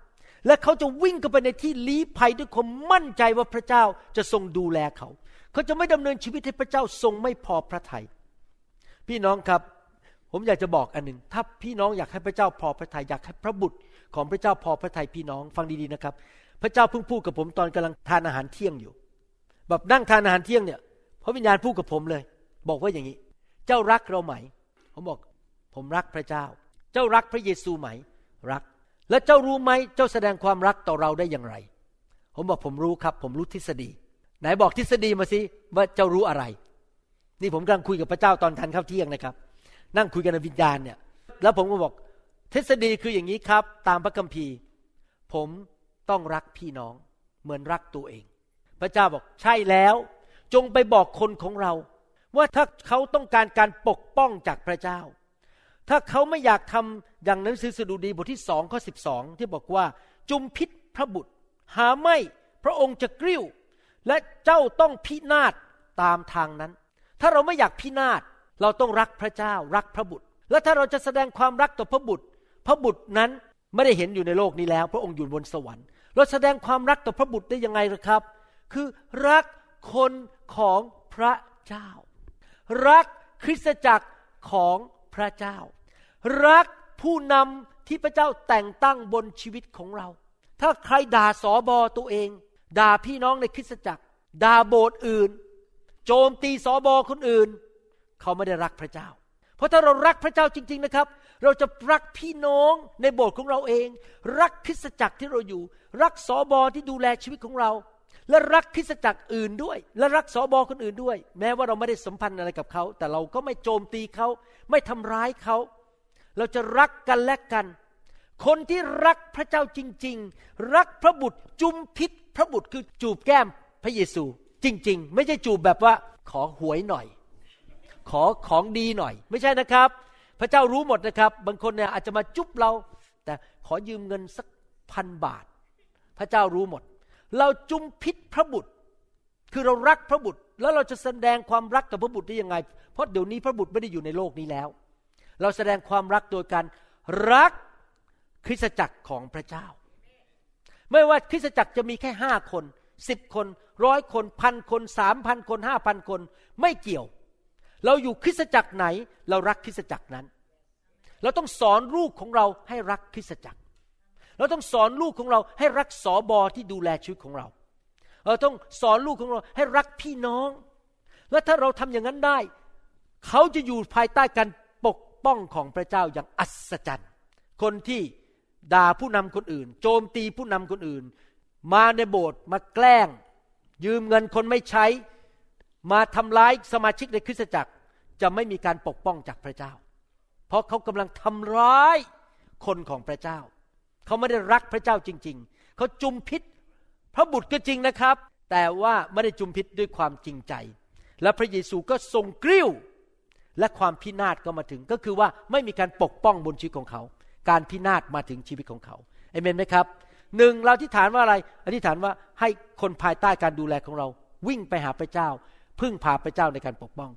และเขาจะวิ่งเข้าไปในที่ลี้ภัยด้วยความมั่นใจว่าพระเจ้าจะทรงดูแลเขาจะไม่ดำเนินชีวิตให้พระเจ้าทรงไม่พอพระทัยพี่น้องครับผมอยากจะบอกอันหนึ่งถ้าพี่น้องอยากให้พระเจ้าพอพระทัยอยากให้พระบุตรของพระเจ้าพอพระทัยพี่น้องฟังดีๆนะครับพระเจ้าเพิ่งพูดกับผมตอนกำลังทานอาหารเที่ยงอยู่แบบนั่งทานอาหารเที่ยงเนี่ยพระวิญญาณพูดกับผมเลยบอกว่าอย่างนี้เจ้ารักเราไหมผมบอกผมรักพระเจ้าเจ้ารักพระเยซูไหมรักแล้วเจ้ารู้ไหมเจ้าแสดงความรักต่อเราได้อย่างไรผมบอกผมรู้ครับผมรู้ทฤษฎีไหนบอกทฤษฎีมาสิว่าเจ้ารู้อะไรนี่ผมกำลังคุยกับพระเจ้าตอนทานข้าวเที่ยงนะครับนั่งคุยกันในวิญญาณเนี่ยแล้วผมก็บอกทฤษฎีคืออย่างนี้ครับตามพระคัมภีร์ผมต้องรักพี่น้องเหมือนรักตัวเองพระเจ้าบอกใช่แล้วจงไปบอกคนของเราว่าถ้าเขาต้องการการปกป้องจากพระเจ้าถ้าเขาไม่อยากทำอย่างหนังสือสดุดีบทที่2ข้อ12ที่บอกว่าจุมพิษพระบุตรหาไม่พระองค์จะกริ้วและเจ้าต้องพินาศตามทางนั้นถ้าเราไม่อยากพินาศเราต้องรักพระเจ้ารักพระบุตรและถ้าเราจะแสดงความรักต่อพระบุตรพระบุตรนั้นไม่ได้เห็นอยู่ในโลกนี้แล้วพระองค์อยู่บนสวรรค์เราแสดงความรักต่อพระบุตรได้ยังไงล่ะครับคือรักคนของพระเจ้ารักคริสตจักรของพระเจ้ารักผู้นำที่พระเจ้าแต่งตั้งบนชีวิตของเราถ้าใครด่าสบตัวเองด่าพี่น้องในคริสตจักรด่าโบสถ์อื่นโจมตีสบคนอื่นเขาไม่ได้รักพระเจ้าเพราะถ้าเรารักพระเจ้าจริงๆนะครับเราจะรักพี่น้องในโบสถ์ของเราเองรักคริสตจักรที่เราอยู่รักสบที่ดูแลชีวิตของเราและรักคริสตจักรอื่นด้วยและรักสบคนอื่นด้วยแม้ว่าเราไม่ได้สัมพันธ์อะไรกับเขาแต่เราก็ไม่โจมตีเขาไม่ทำร้ายเขาเราจะรักกันและกันคนที่รักพระเจ้าจริงๆรักพระบุตรจุมพิษพระบุตรคือจูบแก้มพระเยซูจริงๆไม่ใช่จูบแบบว่าขอหวยหน่อยขอของดีหน่อยไม่ใช่นะครับพระเจ้ารู้หมดนะครับบางคนเนี่ยอาจจะมาจุ๊บเราแต่ขอยืมเงินสัก1,000 บาทพระเจ้ารู้หมดเราจุมพิษพระบุตรคือเรารักพระบุตรแล้วเราจะแสดงความรักกับพระบุตรได้ยังไงเพราะเดี๋ยวนี้พระบุตรไม่ได้อยู่ในโลกนี้แล้วเราแสดงความรักโดยการรักคริสตจักรของพระเจ้าไม่ว่าคริสตจักรจะมีแค่5 คน10 คน100 คน1,000 คน 3,000 คน 5,000 คนไม่เกี่ยวเราอยู่คริสตจักรไหนเรารักคริสตจักรนั้นเราต้องสอนลูกของเราให้รักคริสตจักรเราต้องสอนลูกของเราให้รักสบที่ดูแลชีวิตของเราเราต้องสอนลูกของเราให้รักพี่น้องและถ้าเราทำอย่างนั้นได้เขาจะอยู่ภายใต้การปกป้องของพระเจ้าอย่างอัศจรรย์คนที่ด่าผู้นำคนอื่นโจมตีผู้นำคนอื่นมาในโบสถ์มาแกล้งยืมเงินคนไม่ใช้มาทำร้ายสมาชิกในคริสตจักรจะไม่มีการปกป้องจากพระเจ้าเพราะเขากำลังทำร้ายคนของพระเจ้าเขาไม่ได้รักพระเจ้าจริงๆเขาจุมพิษพระบุตรก็จริงนะครับแต่ว่าไม่ได้จุมพิษด้วยความจริงใจและพระเยซูก็ทรงกริ้วและความพินาศก็มาถึงก็คือว่าไม่มีการปกป้องบนชีวิตของเขาการพินาศมาถึงชีวิตของเขาเอเมนไหมครับ1เราอธิษฐานว่าอะไรอธิษฐานว่าให้คนภายใต้การดูแลของเราวิ่งไปหาพระเจ้าพึ่งพาพระเจ้าในการปกป้อง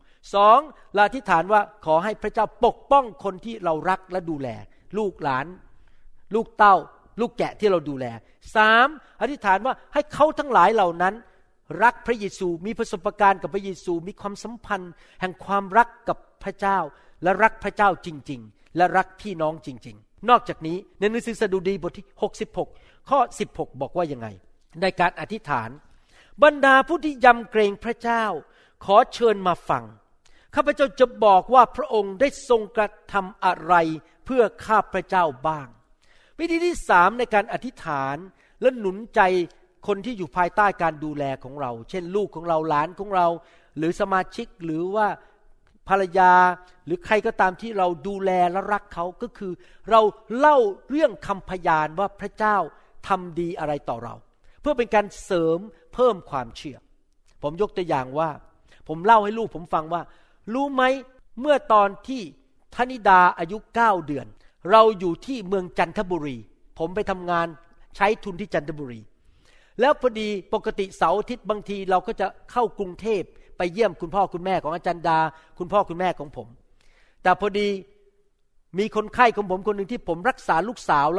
2เราอธิษฐานว่าขอให้พระเจ้าปกป้องคนที่เรารักและดูแลลูกหลานลูกเต้าลูกแกะที่เราดูแล3อธิษฐานว่าให้เขาทั้งหลายเหล่านั้นรักพระเยซูมีประสบการณ์กับพระเยซูมีความสัมพันธ์แห่งความรักกับพระเจ้าและรักพระเจ้าจริงๆและรักพี่น้องจริงๆนอกจากนี้ในหนังสือสดุดีบทที่66ข้อ16บอกว่ายังไงในการอธิษฐานบรรดาผู้ที่ยำเกรงพระเจ้าขอเชิญมาฟังข้าพเจ้าจะบอกว่าพระองค์ได้ทรงกระทำอะไรเพื่อข้าพระเจ้าบ้างวิธีที่3ในการอธิษฐานและหนุนใจคนที่อยู่ภายใต้การดูแลของเราเช่นลูกของเราหลานของเราหรือสมาชิกหรือว่าภรรยาหรือใครก็ตามที่เราดูแลและรักเขาก็คือเราเล่าเรื่องคำพยานว่าพระเจ้าทำดีอะไรต่อเราเพื่อเป็นการเสริมเพิ่มความเชื่อผมยกตัวอย่างว่าผมเล่าให้ลูกผมฟังว่ารู้ไหมเมื่อตอนที่ธนิดาอายุ9 เดือนเราอยู่ที่เมืองจันทบุรีผมไปทำงานใช้ทุนที่จันทบุรีแล้วพอดีปกติเสาร์อาทิตย์บางทีเราก็จะเข้ากรุงเทพไปเยี่ยมคุณพ่อคุณแม่ของอาจารย์ดาคุณพ่อคุณแม่ของผมแต่พอดีมีคนไข้ของผมคนหนึ่งที่ผมรักษาลูกสาวแล้ว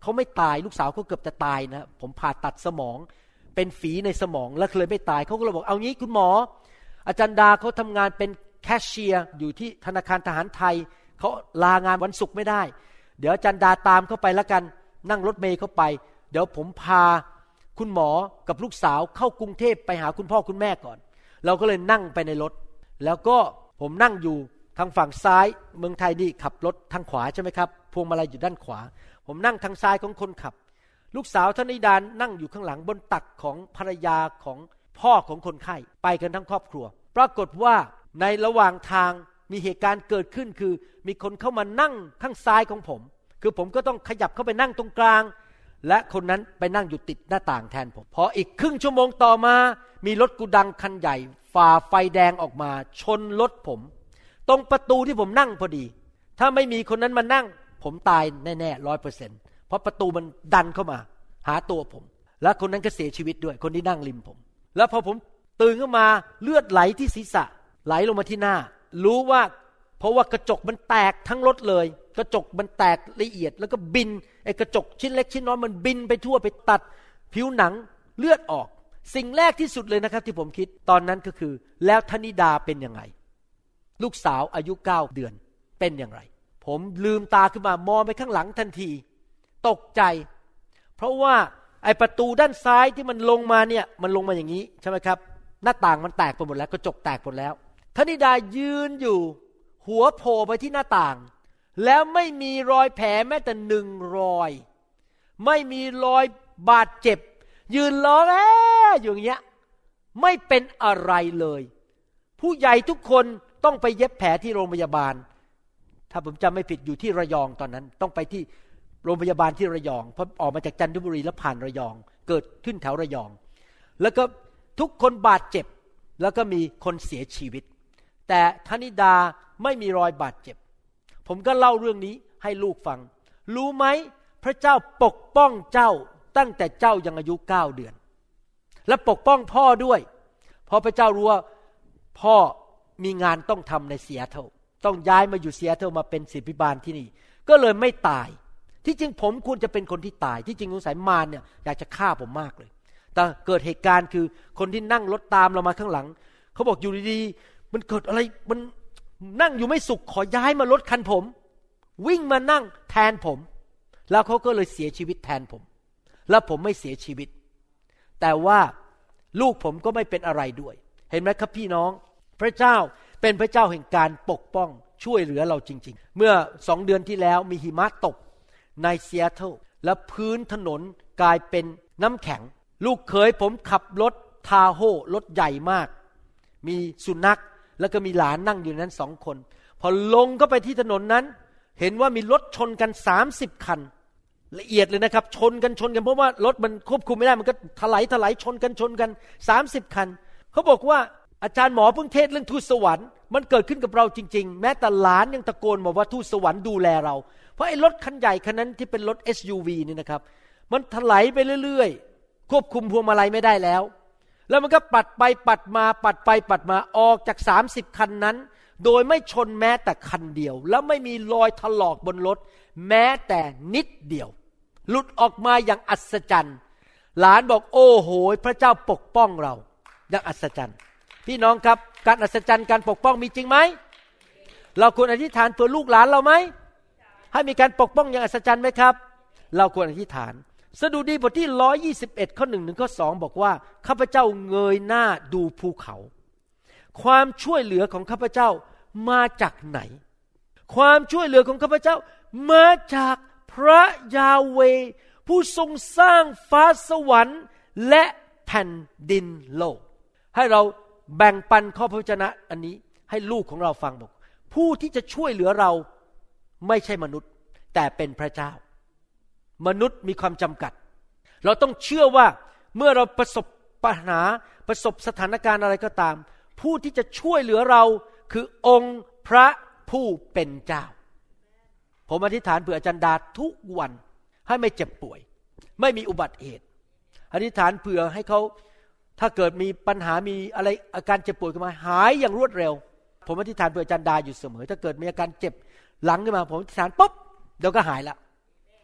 เขาไม่ตายลูกสาวเขาเกือบจะตายนะผมผ่าตัดสมองเป็นฝีในสมองแล้วเลยไม่ตายเขาก็เลยบอกเอางี้คุณหมออาจารย์ดาเขาทำงานเป็นแคชเชียร์อยู่ที่ธนาคารทหารไทยเขาลางานวันศุกร์ไม่ได้เดี๋ยวอาจารย์ดาตามเข้าไปแล้วกันนั่งรถเมล์เข้าไปเดี๋ยวผมพาคุณหมอกับลูกสาวเข้ากรุงเทพไปหาคุณพ่อคุณแม่ก่อนเราก็เลยนั่งไปในรถแล้วก็ผมนั่งอยู่ทางฝั่งซ้ายเมืองไทยนี่ขับรถทางขวาใช่ไหมครับพวงมาลัยอยู่ด้านขวาผมนั่งทางซ้ายของคนขับลูกสาวท่านนิดานั่งอยู่ข้างหลังบนตักของภรรยาของพ่อของคนไข้ไปกันทั้งครอบครัวปรากฏว่าในระหว่างทางมีเหตุการณ์เกิดขึ้นคือมีคนเข้ามานั่งข้างซ้ายของผมคือผมก็ต้องขยับเข้าไปนั่งตรงกลางและคนนั้นไปนั่งอยู่ติดหน้าต่างแทนผมพออีกครึ่งชั่วโมงต่อมามีรถกูดังคันใหญ่ฝ่าไฟแดงออกมาชนรถผมตรงประตูที่ผมนั่งพอดีถ้าไม่มีคนนั้นมานั่งผมตายแน่ๆ 100% เพราะประตูมันดันเข้ามาหาตัวผมและคนนั้นก็เสียชีวิตด้วยคนที่นั่งริมผมแล้วพอผมตื่นขึ้นมาเลือดไหลที่ศีรษะไหลลงมาที่หน้ารู้ว่าเพราะว่ากระจกมันแตกทั้งรถเลยกระจกมันแตกละเอียดแล้วก็บินไอ้กระจกชิ้นเล็กชิ้นน้อยมันบินไปทั่วไปตัดผิวหนังเลือดออกสิ่งแรกที่สุดเลยนะครับที่ผมคิดตอนนั้นก็คือแล้วธนิดาเป็นยังไงลูกสาวอายุ9 เดือนเป็นอย่างไรผมลืมตาขึ้นมามองไปข้างหลังทันทีตกใจเพราะว่าไอ้ประตูด้านซ้ายที่มันลงมาเนี่ยมันลงมาอย่างนี้ใช่ไหมครับหน้าต่างมันแตกไปหมดแล้วกระจกแตกหมดแล้วธนิดายืนอยู่หัวโผล่ไปที่หน้าต่างแล้วไม่มีรอยแผลแม้แต่1 รอยไม่มีรอยบาดเจ็บยืนร้องอยู่อย่างเงี้ยไม่เป็นอะไรเลยผู้ใหญ่ทุกคนต้องไปเย็บแผลที่โรงพยาบาลถ้าผมจำไม่ผิดอยู่ที่ระยองตอนนั้นต้องไปที่โรงพยาบาลที่ระยองเพราะออกมาจากจันทบุรีแล้วผ่านระยองเกิดขึ้นแถวระยองแล้วก็ทุกคนบาดเจ็บแล้วก็มีคนเสียชีวิตแต่ธนิดาไม่มีรอยบาดเจ็บผมก็เล่าเรื่องนี้ให้ลูกฟังรู้ไหมพระเจ้าปกป้องเจ้าตั้งแต่เจ้ายังอายุ9 เดือนและปกป้องพ่อด้วยเพราะพระเจ้ารู้ว่าพ่อมีงานต้องทำในซีแอตเทิลต้องย้ายมาอยู่ซีแอตเทิลมาเป็นศิษย์พิบาลที่นี่ก็เลยไม่ตายที่จริงผมควรจะเป็นคนที่ตายที่จริงสงสัยมารเนี่ยอยากจะฆ่าผมมากเลยแต่เกิดเหตุการณ์คือคนที่นั่งรถตามเรามาข้างหลังเขาบอกอยู่ดีๆมันเกิดอะไรมันนั่งอยู่ไม่สุขขอย้ายมารถคันผมวิ่งมานั่งแทนผมแล้วเขาก็เลยเสียชีวิตแทนผมแล้วผมไม่เสียชีวิตแต่ว่าลูกผมก็ไม่เป็นอะไรด้วยเห็นไหมครับพี่น้องพระเจ้าเป็นพระเจ้าแห่งการปกป้องช่วยเหลือเราจริงๆเมื่อ2 เดือนที่แล้วมีหิมะตกในซีแอตเทิลและพื้นถนนกลายเป็นน้ำแข็งลูกเขยผมขับรถทาโฮ่รถใหญ่มากมีสุนัขแล้วก็มีหลานนั่งอยู่นั้น2 คนพอลงก็ไปที่ถนนนั้นเห็นว่ามีรถชนกัน30 คันละเอียดเลยนะครับชนกันเพราะว่ารถมันควบคุมไม่ได้มันก็ถลายชนกัน30 คันเขาบอกว่าอาจารย์หมอเพิ่งเทศเรื่องทูตสวรรค์มันเกิดขึ้นกับเราจริงๆแม้แต่หลานยังตะโกนบอกว่าทูตสวรรค์ดูแลเราเพราะไอ้รถคันใหญ่คันนั้นที่เป็นรถ SUV นี่นะครับมันถลายไปเรื่อยๆควบคุมพวงมาลัยไม่ได้แล้วแล้วมันก็ปัดไปปัดมาปัดไปปัดมาออกจาก30 คันนั้นโดยไม่ชนแม้แต่คันเดียวแล้วไม่มีรอยถลอกบนรถแม้แต่นิดเดียวหลุดออกมาอย่างอัศจรรย์หลานบอกโอ้โหพระเจ้าปกป้องเราอย่างอัศจรรย์พี่น้องครับการอัศจรรย์การปกป้องมีจริงไหมเราควรอธิษฐานเพื่อลูกหลานเราไหมให้มีการปกป้องอย่างอัศจรรย์ไหมครับเราควรอธิษฐานสดุดีบทที่121ข้อ1ถึงข้อ2บอกว่าข้าพเจ้าเงยหน้าดูภูเขาความช่วยเหลือของข้าพเจ้ามาจากไหนความช่วยเหลือของข้าพเจ้ามาจากพระยาเวห์ผู้ทรงสร้างฟ้าสวรรค์และแผ่นดินโลกให้เราแบ่งปันข้อพระวจนะอันนี้ให้ลูกของเราฟังบอกผู้ที่จะช่วยเหลือเราไม่ใช่มนุษย์แต่เป็นพระเจ้ามนุษย์มีความจำกัดเราต้องเชื่อว่าเมื่อเราประสบปัญหาประสบสถานการณ์อะไรก็ตามผู้ที่จะช่วยเหลือเราคือองค์พระผู้เป็นเจ้าผมอธิษฐานเผื่ออาจารย์ดาทุกวันให้ไม่เจ็บป่วยไม่มีอุบัติเหตุอธิษฐานเผื่อให้เขาถ้าเกิดมีปัญหามีอะไรอาการเจ็บป่วยขึ้นมาหายอย่างรวดเร็วผมอธิษฐานเผื่ออาจารย์ดาอยู่เสมอถ้าเกิดมีอาการเจ็บหลังขึ้นมาผมอธิษฐานปุ๊บเดี๋ยวก็หายละ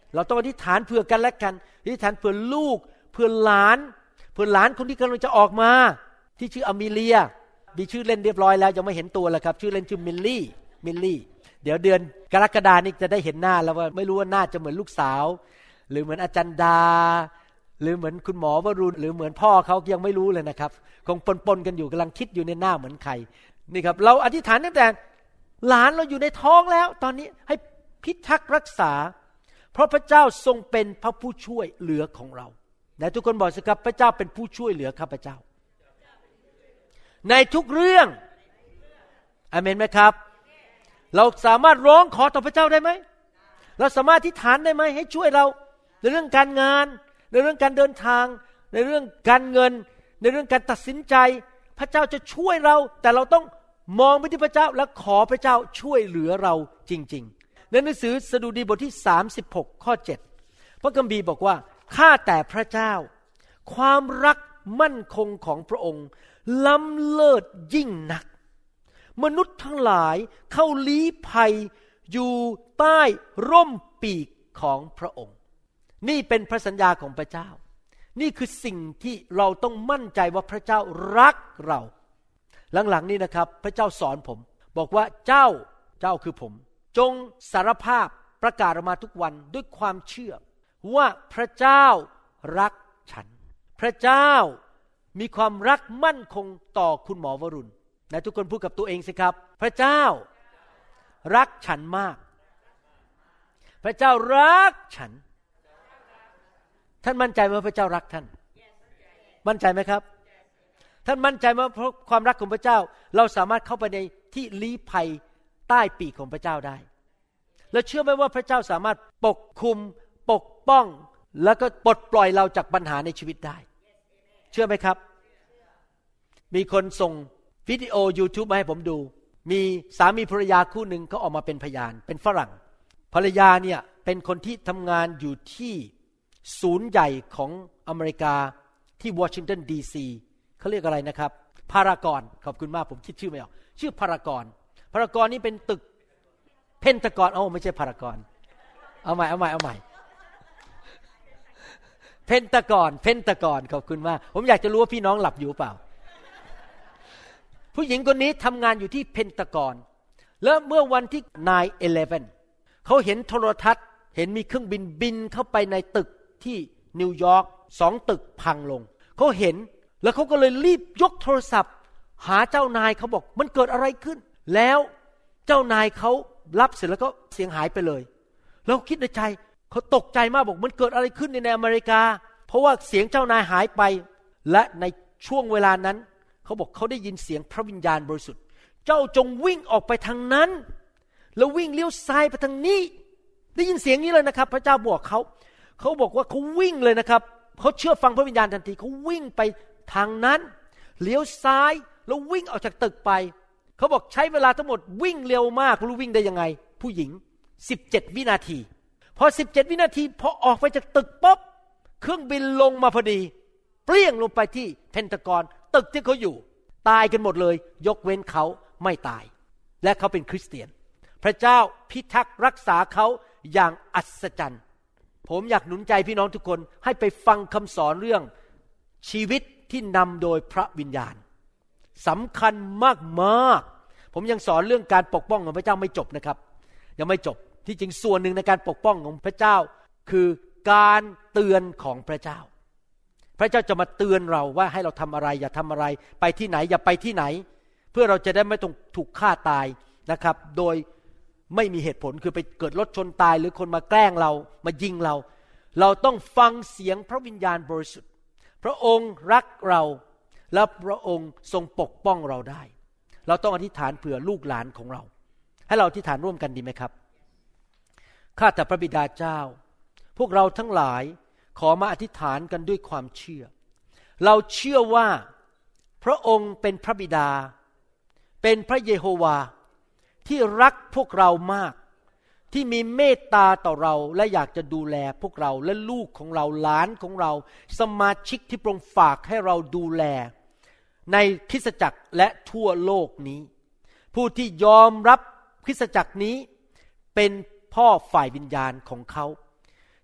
เราต้องอธิษฐานเผื่อกันและกันอธิษฐานเผื่อลูกเผื่อหลานคนที่กำลังจะออกมาที่ชื่ออเมเลียมีชื่อเล่นเรียบร้อยแล้วยังไม่เห็นตัวเลยครับชื่อเล่นชื่อมิลลี่เดี๋ยวเดือนกรกฎาคมนี้จะได้เห็นหน้าแล้วว่าไม่รู้ว่าหน้าจะเหมือนลูกสาวหรือเหมือนอาจารย์ดาหรือเหมือนคุณหมอวรุณหรือเหมือนพ่อเขายังไม่รู้เลยนะครับคงปนกันอยู่กำลังคิดอยู่ในหน้าเหมือนใครนี่ครับเราอธิษฐานตั้งแต่หลานเราอยู่ในท้องแล้วตอนนี้ให้พิทักษ์รักษาเพราะพระเจ้าทรงเป็นพระผู้ช่วยเหลือของเราและทุกคนบอกสิครับพระเจ้าเป็นผู้ช่วยเหลือข้าพเจ้าในทุกเรื่องอาเมนไหมครับเราสามารถร้องขอต่อพระเจ้าได้ไหมเราสามารถอธิษฐานได้ไหมให้ช่วยเราในเรื่องการงานในเรื่องการเดินทางในเรื่องการเงินในเรื่องการตัดสินใจพระเจ้าจะช่วยเราแต่เราต้องมองไปที่พระเจ้าและขอพระเจ้าช่วยเหลือเราจริงๆในหนังสือสดุดีบทที่36ข้อ7พระคัมภีร์บอกว่าข้าแต่พระเจ้าความรักมั่นคงของพระองค์ล้ำเลิศยิ่งนักมนุษย์ทั้งหลายเข้าลี้ภัยอยู่ใต้ร่มปีกของพระองค์นี่เป็นพระสัญญาของพระเจ้านี่คือสิ่งที่เราต้องมั่นใจว่าพระเจ้ารักเราหลังๆนี้นะครับพระเจ้าสอนผมบอกว่าเจ้าคือผมจงสารภาพประกาศออกมาทุกวันด้วยความเชื่อว่าพระเจ้ารักฉันพระเจ้ามีความรักมั่นคงต่อคุณหมอวรุณนะทุกคนพูดกับตัวเองสิครับพระเจ้ารักฉันมากพระเจ้ารักฉันท่านมั่นใจไหมว่าพระเจ้ารักท่านมั่นใจไหมครับท่านมั่นใจไหมเพราะความรักของพระเจ้าเราสามารถเข้าไปในที่ลี้ภัยใต้ปีกของพระเจ้าได้แล้วเชื่อไหมว่าพระเจ้าสามารถปกคุมปกป้องแล้วก็ปลดปล่อยเราจากปัญหาในชีวิตได้เชื่อไหมครับมีคนส่งวิดีโอ YouTube มาให้ผมดูมีสามีภรรยาคู่หนึ่งเขาออกมาเป็นพยานเป็นฝรั่งภรรยาเนี่ยเป็นคนที่ทำงานอยู่ที่ศูนย์ใหญ่ของอเมริกาที่วอชิงตันดีซีเขาเรียกอะไรนะครับพารากอนขอบคุณมากผมคิดชื่อไม่ออกชื่อพารากอนนี่เป็นตึกเพนทากอนไม่ใช่พารากอนเอาใหม่เพนทากอนขอบคุณมากผมอยากจะรู้ว่าพี่น้องหลับอยู่เปล่าผู้หญิงคนนี้ทำงานอยู่ที่เพนทากอนแล้วเมื่อวันที่ 9/11 เขาเห็นโทรทัศน์เห็นมีเครื่องบินเข้าไปในตึกที่นิวยอร์ก2ตึกพังลงเขาเห็นแล้วเขาก็เลยรีบยกโทรศัพท์หาเจ้านายเขาบอกมันเกิดอะไรขึ้นแล้วเจ้านายเขารับเสร็จแล้วก็เสียงหายไปเลยแล้วคิดในใจเขาตกใจมากบอกมันเกิดอะไรขึ้นในอเมริกาเพราะว่าเสียงเจ้านายหายไปและในช่วงเวลานั้นเขาบอกเขาได้ยินเสียงพระวิญญาณบริสุทธิ์เจ้าจงวิ่งออกไปทางนั้นแล้ววิ่งเลี้ยวซ้ายไปทางนี้ได้ยินเสียงนี้เลยนะครับพระเจ้าบอกเขาบอกว่าเขาวิ่งเลยนะครับเขาเชื่อฟังพระวิญญาณทันทีเขาวิ่งไปทางนั้นเลี้ยวซ้ายแล้ววิ่งออกจากตึกไปเขาบอกใช้เวลาทั้งหมดวิ่งเร็วมากไม่รู้วิ่งได้ยังไงผู้หญิง17วินาทีพอ17วินาทีพอออกไปจากตึกปุ๊บเครื่องบินลงมาพอดีเปรี้ยงลงไปที่เพนทากอนตึกที่เขาอยู่ตายกันหมดเลยยกเว้นเขาไม่ตายและเขาเป็นคริสเตียนพระเจ้าพิทักษ์รักษาเขาอย่างอัศจรรย์ผมอยากหนุนใจพี่น้องทุกคนให้ไปฟังคำสอนเรื่องชีวิตที่นำโดยพระวิญญาณสำคัญมากๆผมยังสอนเรื่องการปกป้องของพระเจ้าไม่จบนะครับยังไม่จบที่จริงส่วนหนึ่งในการปกป้องของพระเจ้าคือการเตือนของพระเจ้าพระเจ้าจะมาเตือนเราว่าให้เราทำอะไรอย่าทำอะไรไปที่ไหนอย่าไปที่ไหนเพื่อเราจะได้ไม่ต้องถูกฆ่าตายนะครับโดยไม่มีเหตุผลคือไปเกิดรถชนตายหรือคนมาแกล้งเรามายิงเราต้องฟังเสียงพระวิญญาณบริสุทธิ์พระองค์รักเราและพระองค์ทรงปกป้องเราได้เราต้องอธิษฐานเผื่อลูกหลานของเราให้เราอธิษฐานร่วมกันดีไหมครับข้าแต่พระบิดาเจ้าพวกเราทั้งหลายขอมาอธิษฐานกันด้วยความเชื่อเราเชื่อว่าพระองค์เป็นพระบิดาเป็นพระเยโฮวาที่รักพวกเรามากที่มีเมตตาต่อเราและอยากจะดูแลพวกเราและลูกของเราหลานของเราสมาชิกที่พระองค์ฝากให้เราดูแลในคริสตจักรและทั่วโลกนี้ผู้ที่ยอมรับคริสตจักรนี้เป็นพ่อฝ่ายวิญญาณของเขา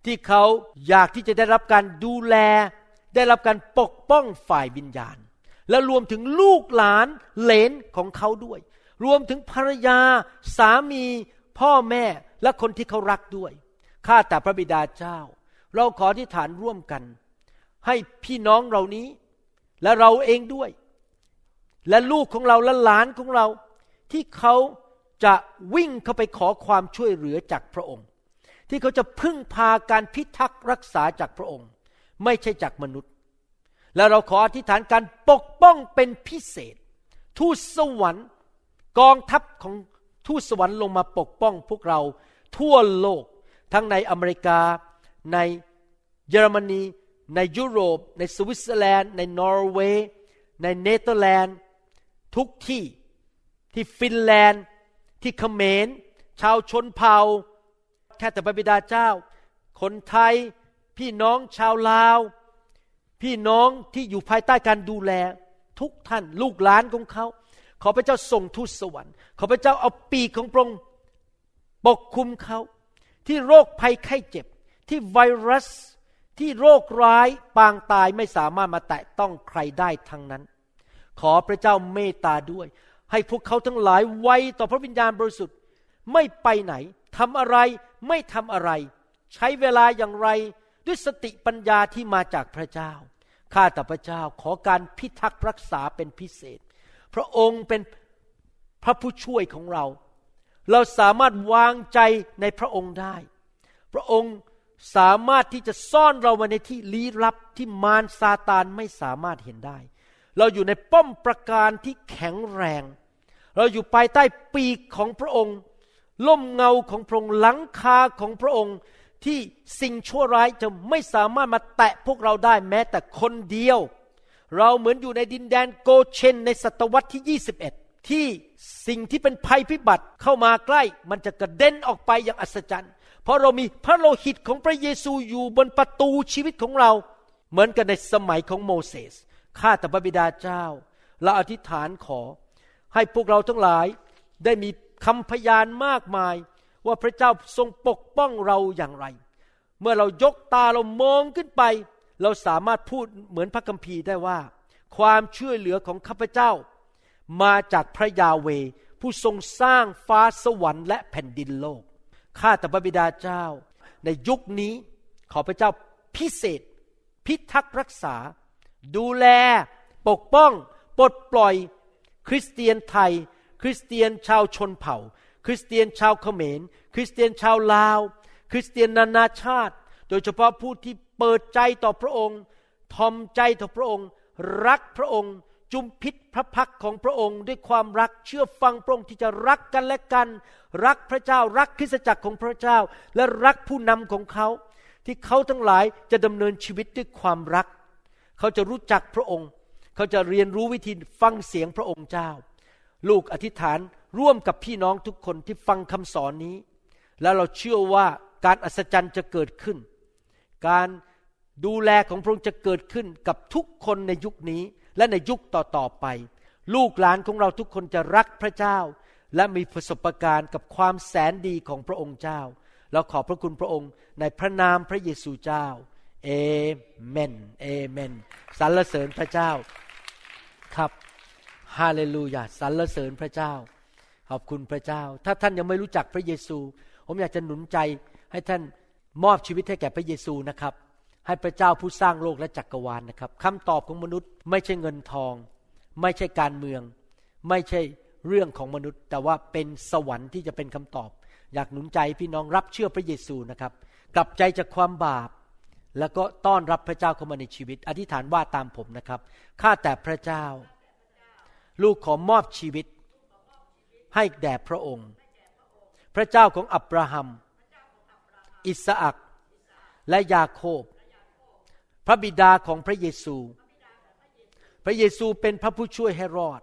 ที่เขาอยากที่จะได้รับการดูแลได้รับการปกป้องฝ่ายวิญญาณและรวมถึงลูกหลานเหลนของเขาด้วยรวมถึงภรรยาสามีพ่อแม่และคนที่เขารักด้วยข้าแต่พระบิดาเจ้าเราขออธิษฐานร่วมกันให้พี่น้องเหล่านี้และเราเองด้วยและลูกของเราและหลานของเราที่เขาจะวิ่งเข้าไปขอความช่วยเหลือจากพระองค์ที่เขาจะพึ่งพาการพิทักษ์รักษาจากพระองค์ไม่ใช่จากมนุษย์และเราขออธิษฐานการปกป้องเป็นพิเศษทูตสวรรค์กองทัพของทูตสวรรค์ลงมาปกป้องพวกเราทั่วโลกทั้งในอเมริกาในเยอรมนีในยุโรปในสวิตเซอร์แลนด์ในนอร์เวย์ในเนเธอร์แลนด์ทุกที่ที่ฟินแลนด์ที่เขมรชาวชนเผ่าแค่แต่พระบิดาเจ้าคนไทยพี่น้องชาวลาวพี่น้องที่อยู่ภายใต้การดูแลทุกท่านลูกหลานของเขาขอพระเจ้าส่งทูตสวรรค์ขอพระเจ้าเอาปีกของพระองค์ปกคุมเขาที่โรคภัยไข้เจ็บที่ไวรัสที่โรคร้ายปางตายไม่สามารถมาแตะต้องใครได้ทั้งนั้นขอพระเจ้าเมตตาด้วยให้พวกเขาทั้งหลายไวต่อพระวิญญาณบริสุทธิ์ไม่ไปไหนทำอะไรไม่ทำอะไรใช้เวลาอย่างไรด้วยสติปัญญาที่มาจากพระเจ้าข้าแต่พระเจ้าขอการพิทักษ์รักษาเป็นพิเศษพระองค์เป็นพระผู้ช่วยของเราเราสามารถวางใจในพระองค์ได้พระองค์สามารถที่จะซ่อนเราไว้ในที่ลี้ลับที่มารซาตานไม่สามารถเห็นได้เราอยู่ในป้อมปราการที่แข็งแรงเราอยู่ภายใต้ปีกของพระองค์ล่มเงาของพระองค์หลังคาของพระองค์ที่สิ่งชั่วร้ายจะไม่สามารถมาแตะพวกเราได้แม้แต่คนเดียวเราเหมือนอยู่ในดินแดนโกเชนในศตวรรษที่21ที่สิ่งที่เป็นภัยพิบัติเข้ามาใกล้มันจะกระเด็นออกไปอย่างอัศจรรย์เพราะเรามีพระโลหิตของพระเยซูอยู่บนประตูชีวิตของเราเหมือนกันในสมัยของโมเสสข้าแต่พระบิดาเจ้าเราอธิษฐานขอให้พวกเราทั้งหลายได้มีคำพยานมากมายว่าพระเจ้าทรงปกป้องเราอย่างไรเมื่อเรายกตาเรามองขึ้นไปเราสามารถพูดเหมือนพระคัมภีร์ได้ว่าความช่วยเหลือของข้าพเจ้ามาจากพระยาเวห์ผู้ทรงสร้างฟ้าสวรรค์และแผ่นดินโลกข้าแต่พระบิดาเจ้าในยุคนี้ขอพระเจ้าพิเศษพิทักษ์รักษาดูแลปกป้องปลดปล่อยคริสเตียนไทยคริสเตียนชาวชนเผ่าคริสเตียนชาวเขมรคริสเตียนชาวลาวคริสเตียนนานาชาติโดยเฉพาะผู้ที่เปิดใจต่อพระองค์ทอมใจต่อพระองค์รักพระองค์จุมพิษพระพักของพระองค์ด้วยความรักเชื่อฟังพระองค์ที่จะรักกันและกันรักพระเจ้ารักคริสตจักรของพระเจ้าและรักผู้นำของเขาที่เขาทั้งหลายจะดำเนินชีวิตด้วยความรักเขาจะรู้จักพระองค์เขาจะเรียนรู้วิธีฟังเสียงพระองค์เจ้าลูกอธิษฐานร่วมกับพี่น้องทุกคนที่ฟังคำสอนนี้แล้วเราเชื่อว่าการอัศจรรย์จะเกิดขึ้นการดูแลของพระองค์จะเกิดขึ้นกับทุกคนในยุคนี้และในยุคต่อๆไปลูกหลานของเราทุกคนจะรักพระเจ้าและมีประสบการณ์กับความแสนดีของพระองค์เจ้าเราขอบพระคุณพระองค์ในพระนามพระเยซูเจ้าเอเมนเอเมนสรรเสริญพระเจ้าครับฮาเลลูยาสรรเสริญพระเจ้าขอบคุณพระเจ้าถ้าท่านยังไม่รู้จักพระเยซูผมอยากจะหนุนใจให้ท่านมอบชีวิตให้แก่พระเยซูนะครับให้พระเจ้าผู้สร้างโลกและจักรวาลนะครับคำตอบของมนุษย์ไม่ใช่เงินทองไม่ใช่การเมืองไม่ใช่เรื่องของมนุษย์แต่ว่าเป็นสวรรค์ที่จะเป็นคำตอบอยากหนุนใจพี่น้องรับเชื่อพระเยซูนะครับกลับใจจากความบาปแล้วก็ต้อนรับพระเจ้าเข้ามาในชีวิตอธิษฐานว่าตามผมนะครับข้าแต่พระเจ้าลูกขอมอบชีวิตให้แด่พระองค์พระเจ้าของอับราฮัมอิสอัคและยาโคบพระบิดาของพระเยซูพระเยซูเป็นพระผู้ช่วยให้รอด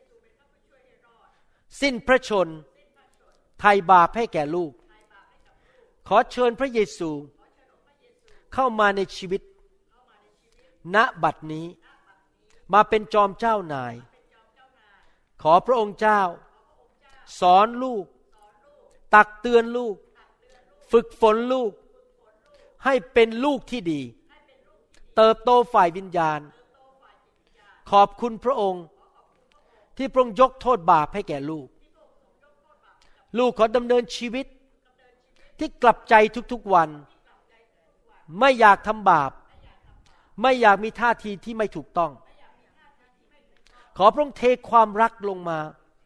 สิ้นพระชนไถ่บาปให้แก่ลูกขอเชิญพระเยซูเข้ามาในชีวิตณบัดนี้มาเป็นจอมเจ้านายขอพระองค์เจ้าสอนลูกตักเตือนลูกฝึกฝนลูกให้เป็นลูกที่ดีเติบโตฝ่ายวิญญาณขอบคุณพระองค์ที่พระองค์ยกโทษบาปให้แก่ลูกขอดำเนินชีวิตที่กลับใจทุกๆวันไม่อยากทำบาปไม่อยากมีท่าทีที่ไม่ถูกต้องขอพระองค์เทความรักลงมา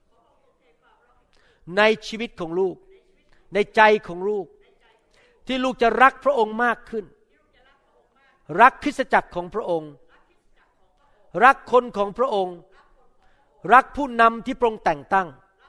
ในชีวิตของลูกในใจของลูกที่ลูกจะรักพระองค์มากขึ้นรักคริสตจักรของพระองค์รักคนของพระองค์รักผู้นำที่พระองค์แต่งตั้ง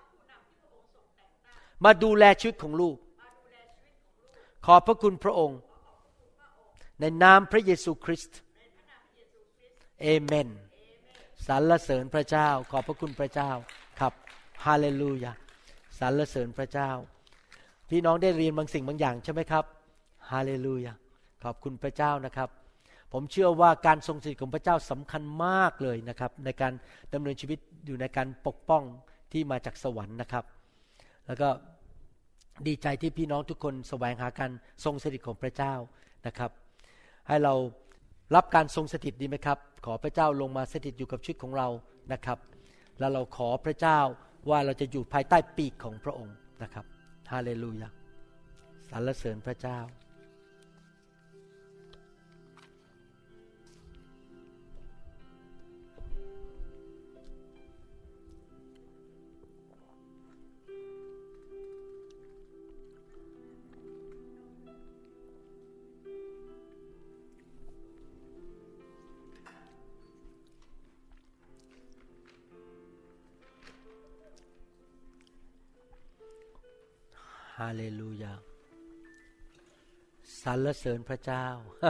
มาดูแลชีวิตของลูกขอบพระคุณพระองค์ในนามพระเยซูคริสต์เอเมนสรรเสริญพระเจ้าขอบพระคุณพระเจ้าครับฮาเลลูยาสรรเสริญพระเจ้าพี่น้องได้เรียนบางสิ่งบางอย่างใช่ไหมครับฮาเลลูยาขอบคุณพระเจ้านะครับผมเชื่อว่าการทรงสถิตของพระเจ้าสำคัญมากเลยนะครับในการดำเนินชีวิตอยู่ในการปกป้องที่มาจากสวรรค์นะครับแล้วก็ดีใจที่พี่น้องทุกคนแสวงหาการทรงสถิตของพระเจ้านะครับให้เรารับการทรงสถิตดีไหมครับขอพระเจ้าลงมาสถิตอยู่กับชีวิตของเรานะครับแล้วเราขอพระเจ้าว่าเราจะอยู่ภายใต้ปีกของพระองค์นะครับฮาเลลูยาสรรเสริญพระเจ้าฮาเลลูยาสรรเสริญพระเจ้า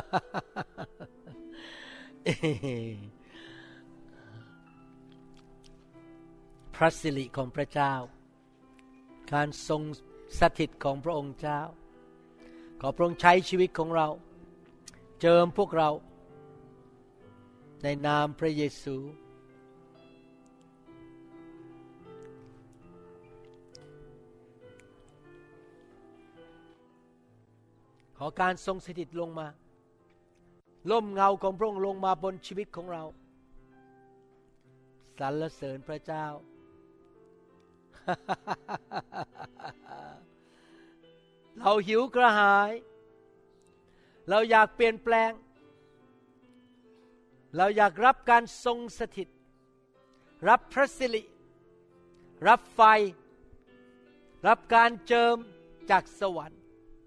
พระสิริของพระเจ้าการทรงสถิตของพระองค์เจ้าขอพระองค์ใช้ชีวิตของเราเจิมพวกเราในนามพระเยซูขอการทรงสถิตลงมาร่มเงาของพระองค์ลงมาบนชีวิตของเราสรรเสริญพระเจ้า เราหิวกระหายเราอยากเปลี่ยนแปลงเราอยากรับการทรงสถิตรับพระสิริรับไฟรับการเจิมจากสวรรค์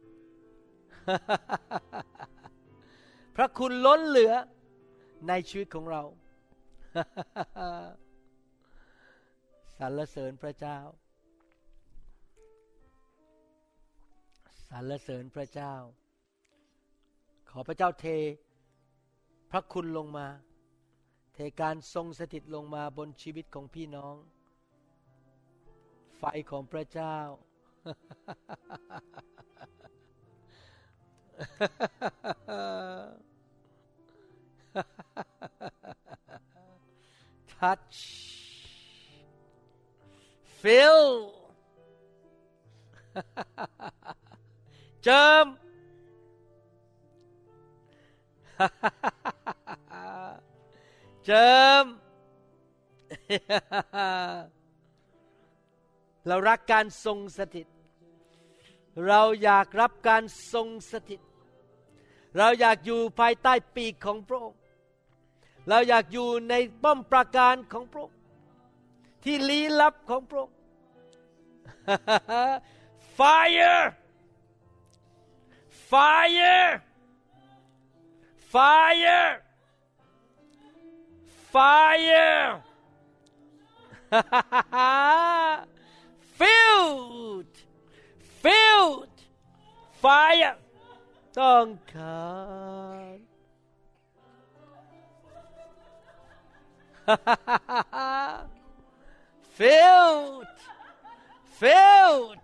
พระคุณล้นเหลือในชีวิตของเรา สรรเสริญพระเจ้าสรรเสริญพระเจ้าขอพระเจ้าเทพระคุณลงมาเทการทรงสถิตลงมาบนชีวิตของพี่น้องไฟของพระเจ้า touch fill เจิม เจิม เรารักการทรงสถิตเราอยากรับการทรงสถิตเราอยากอยู่ภายใต้ปีกของพระองค์เราอยากอยู่ในป้อมปราการของพระองค์ที่ลี้ลับของพระองค์ Fire Fire Fire Fire Filled Filled Fire ต้องการ Filled Filled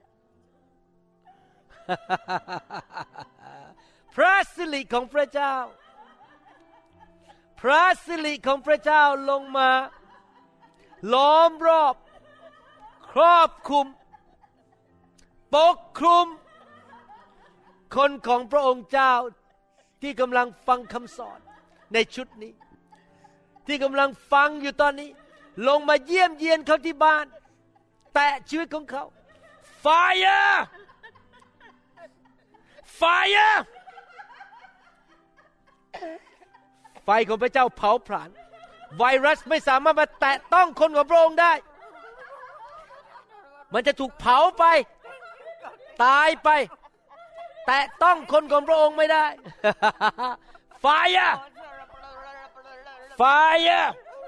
พระสิริของพระเจ้าพระสิริของพระเจ้าลงมาล้อมรอบครอบคลุมปกคลุมคนของพระองค์เจ้าที่กำลังฟังคำสอนในชุดนี้ที่กำลังฟังอยู่ตอนนี้ลงมาเยี่ยมเยียนเขาที่บ้านแตะชีวิตของเขา Fire Fire ไฟของพระเจ้าเผาผลาญไวรัสไม่สามารถมาแตะต้องคนของพระองค์ได้มันจะถูกเผาไปตายไปแตะต้องคนของพระองค์ไม่ได้ Fire Fire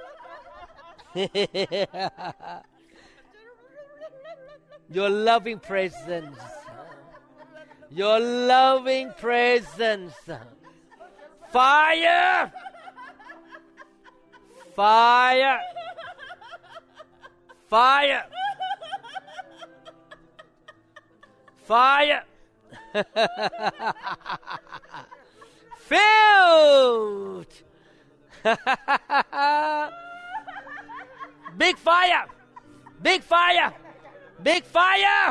Your loving presence Your loving presence Fire Fire Fire Fire Filled Big fire Big fire Big fire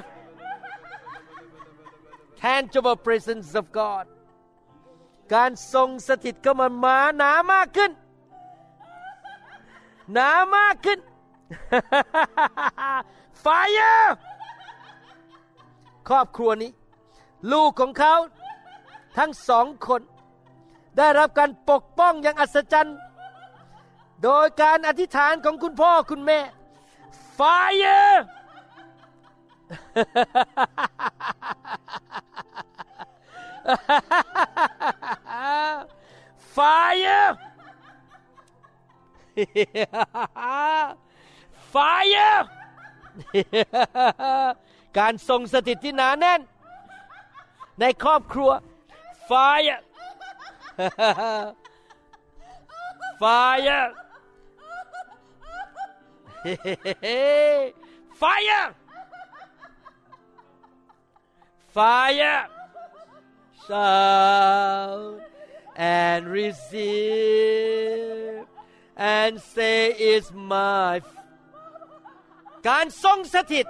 Tangible presence of God การทรงสถิตเข้ามาหนามากขึ้นหนามากขึ้น Fire ครอบครัวนี้ลูกของเขาทั้งสองคนได้รับการปกป้องอย่างอัศจรรย์โดยการอธิษฐานของคุณพ่อคุณแม่ Fire Fire Fire การทรงสถิตที่หนาแน่นในครอบครัว Fire Fire Fire Fire Shout and receive and say it's my การทรงสถิต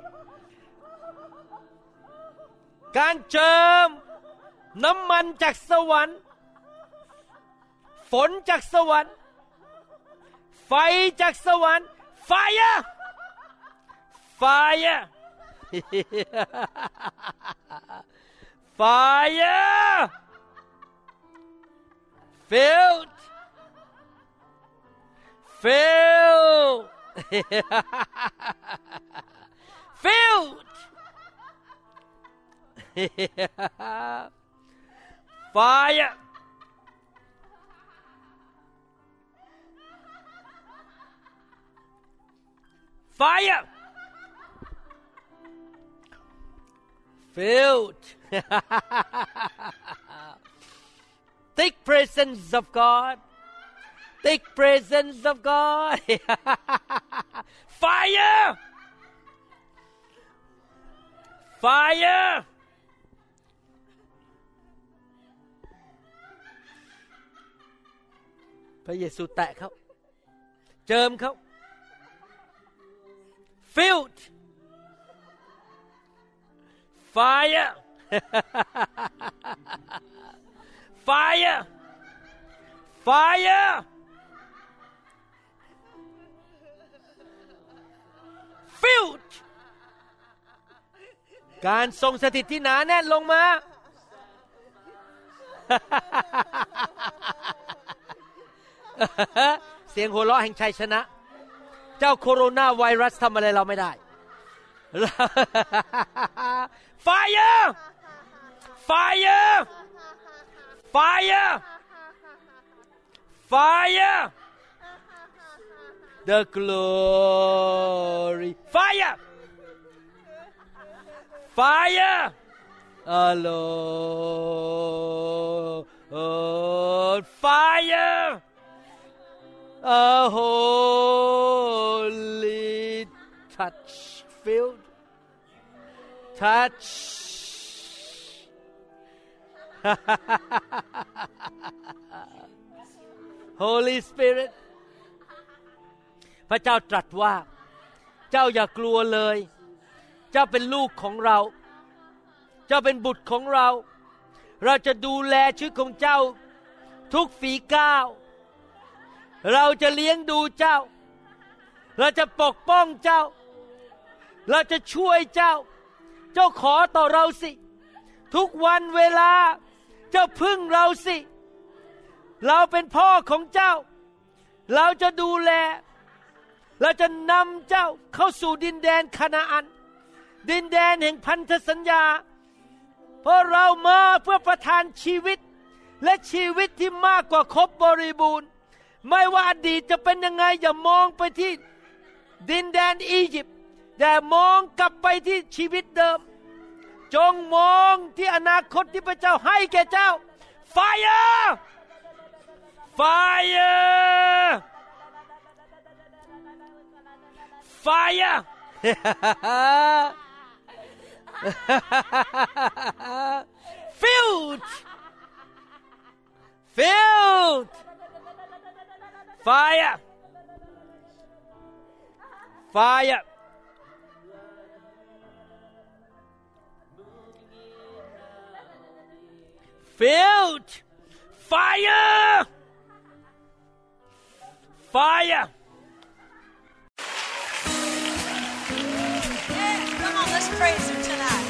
การเจิมน้ำมันจากสวรรค์ฝนจากสวรรค์ไฟจากสวรรค์ Fire Fire Fire Filled Filled Filled Fire Fire Filled Thick presence of God Thick presence of God Fire Fireพระเยซูแตะเขาเจิมเขา Filled Fire Fire Fire Filled การทรงสถิตที่หนาแน่นลงมา เสียงหัวเราะแห่งชัยชนะเจ้าโคโรนาไวรัสทำอะไรเราไม่ได้ Fire Fire Fire Fire The glory Fire Fire Lord Fire A holy touch filled touch Holy Spirit พระเจ้าตรัสว่าเจ้าอย่ากลัวเลยเจ้าเป็นลูกของเราเจ้าเป็นบุตรของเราเราจะดูแลชีวิตของเจ้าทุกฝีก้าวเราจะเลี้ยงดูเจ้าเราจะปกป้องเจ้าเราจะช่วยเจ้าเจ้าขอต่อเราสิทุกวันเวลาเจ้าพึ่งเราสิเราเป็นพ่อของเจ้าเราจะดูแลเราจะนำเจ้าเข้าสู่ดินแดนคานาอันดินแดนแห่งพันธสัญญาเพราะเรามาเพื่อประทานชีวิตและชีวิตที่มากกว่าครบบริบูรณ์ไม่ว่าอดีตจะเป็นยังไงอย่ามองไปที่ดินแดนอียิปต์แต่มองกลับไปที่ชีวิตเดิมจงมองที่อนาคตที่พระเจ้าให้แก่เจ้า Fire Fire Fire Filled Filled Fire Fire Filled Fire Fire Come on, let's praise Him tonight.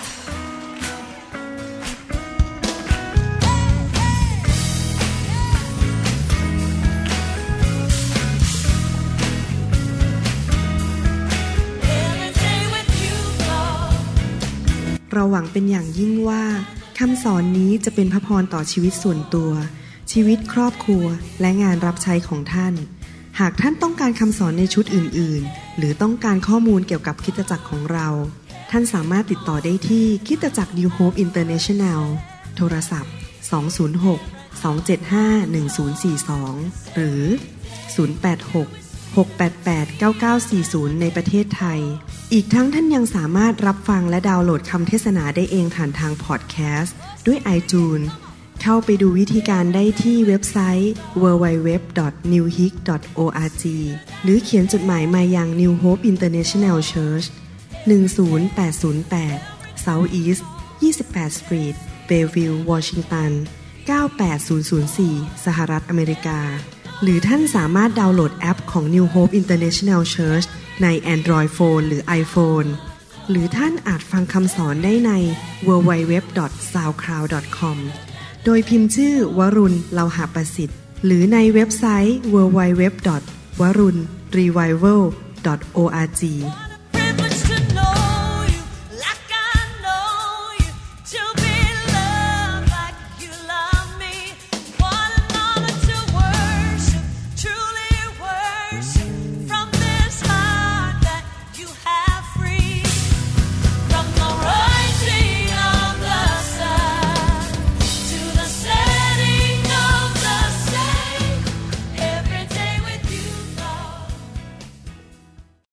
เราหวังเป็นอย่างยิ่งว่าคำสอนนี้จะเป็นพระพรต่อชีวิตส่วนตัวชีวิตครอบครัวและงานรับใช้ของท่านหากท่านต้องการคำสอนในชุดอื่นๆหรือต้องการข้อมูลเกี่ยวกับคริสตจักรของเราท่านสามารถติดต่อได้ที่คริสตจักร New Hope International โทรศัพท์206-275-1042หรือ086-688-9940ในประเทศไทยอีกทั้งท่านยังสามารถรับฟังและดาวน์โหลดคำเทศนาได้เองผ่านทางพอดแคสต์ด้วย iTunes เข้าไปดูวิธีการได้ที่เว็บไซต์ www.newhope.org หรือเขียนจดหมายมายัง New Hope International Church 10808 South East 28 Street Bellevue Washington 98004 สหรัฐอเมริกาหรือท่านสามารถดาวน์โหลดแอปของ New Hope International Church ใน Android Phone หรือ iPhone หรือท่านอาจฟังคำสอนได้ใน www.soundcloud.com โดยพิมพ์ชื่อวรุณ เลาหะประสิทธิ์หรือในเว็บไซต์ www.warunrevival.org